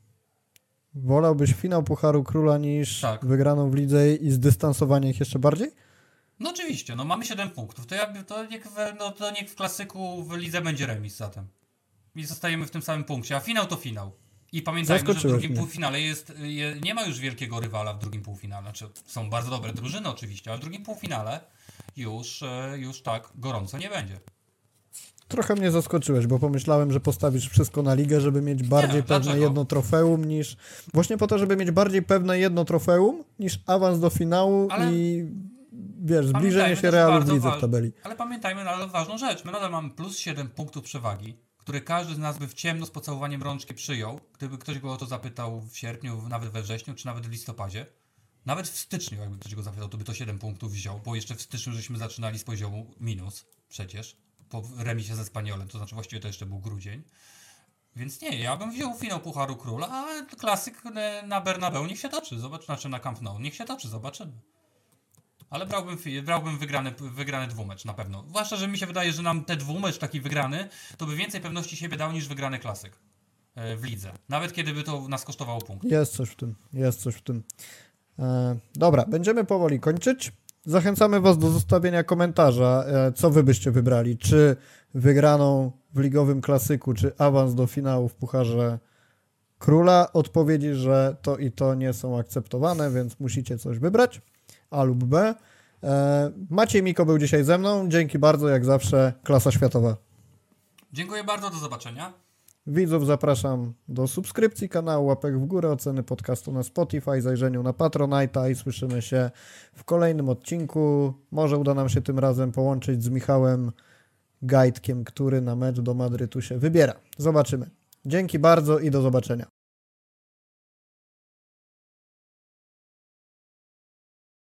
Wolałbyś finał Pucharu Króla niż
Tak.
wygraną w lidze i zdystansowanie ich jeszcze bardziej?
No oczywiście, no mamy siedem punktów, to, ja, to, niech w, no, to niech w klasyku w lidze będzie remis zatem. I zostajemy w tym samym punkcie, a finał to finał. I pamiętajmy, że w
Zaskoczyłeś
drugim
mnie.
półfinale jest, je, nie ma już wielkiego rywala w drugim półfinale. Znaczy, są bardzo dobre drużyny oczywiście, ale w drugim półfinale już, e, już tak gorąco nie będzie.
Trochę mnie zaskoczyłeś, bo pomyślałem, że postawisz wszystko na ligę, żeby mieć bardziej
Nie,
pewne
dlaczego?
jedno trofeum niż... Właśnie po to, żeby mieć bardziej pewne jedno trofeum niż awans do finału
Ale
i wiesz, zbliżenie
Pamiętajmy
się
też
Realu w
bardzo
lidze w
wa-
tabeli.
Ale pamiętajmy nadal ważną rzecz. My nadal mamy plus siedem punktów przewagi, które każdy z nas by w ciemno z pocałowaniem rączki przyjął, gdyby ktoś go o to zapytał w sierpniu, nawet we wrześniu, czy nawet w listopadzie. Nawet w styczniu, jakby ktoś go zapytał, to by to siedem punktów wziął, bo jeszcze w styczniu żeśmy zaczynali z poziomu minus przecież, po remisie ze Spaniolem, to znaczy właściwie to jeszcze był grudzień. Więc nie, ja bym wziął finał Pucharu Króla, a klasyk na Bernabeu niech się toczy, zobacz, znaczy na Camp Nou, niech się toczy, zobaczymy. Ale brałbym, fi- brałbym wygrany, wygrany dwumecz na pewno. Zwłaszcza, że mi się wydaje, że nam ten dwumecz taki wygrany, to by więcej pewności siebie dał niż wygrany klasyk e, w lidze. Nawet kiedy by to nas kosztowało punkt.
Jest coś w tym, jest coś w tym. E, dobra, będziemy powoli kończyć. Zachęcamy Was do zostawienia komentarza, e, co Wy byście wybrali. Czy wygraną w ligowym klasyku, czy awans do finału w Pucharze Króla. Odpowiedzi, że to i to nie są akceptowane, więc musicie coś wybrać. A lub B. E, Maciej Miko był dzisiaj ze mną. Dzięki bardzo, jak zawsze, klasa światowa.
Dziękuję bardzo, do zobaczenia.
Widzów zapraszam do subskrypcji kanału, łapek w górę, oceny podcastu na Spotify, zajrzeniu na Patronite'a i słyszymy się w kolejnym odcinku. Może uda nam się tym razem połączyć z Michałem Gajdkiem, który na mecz do Madrytu się wybiera. Zobaczymy. Dzięki bardzo i do zobaczenia.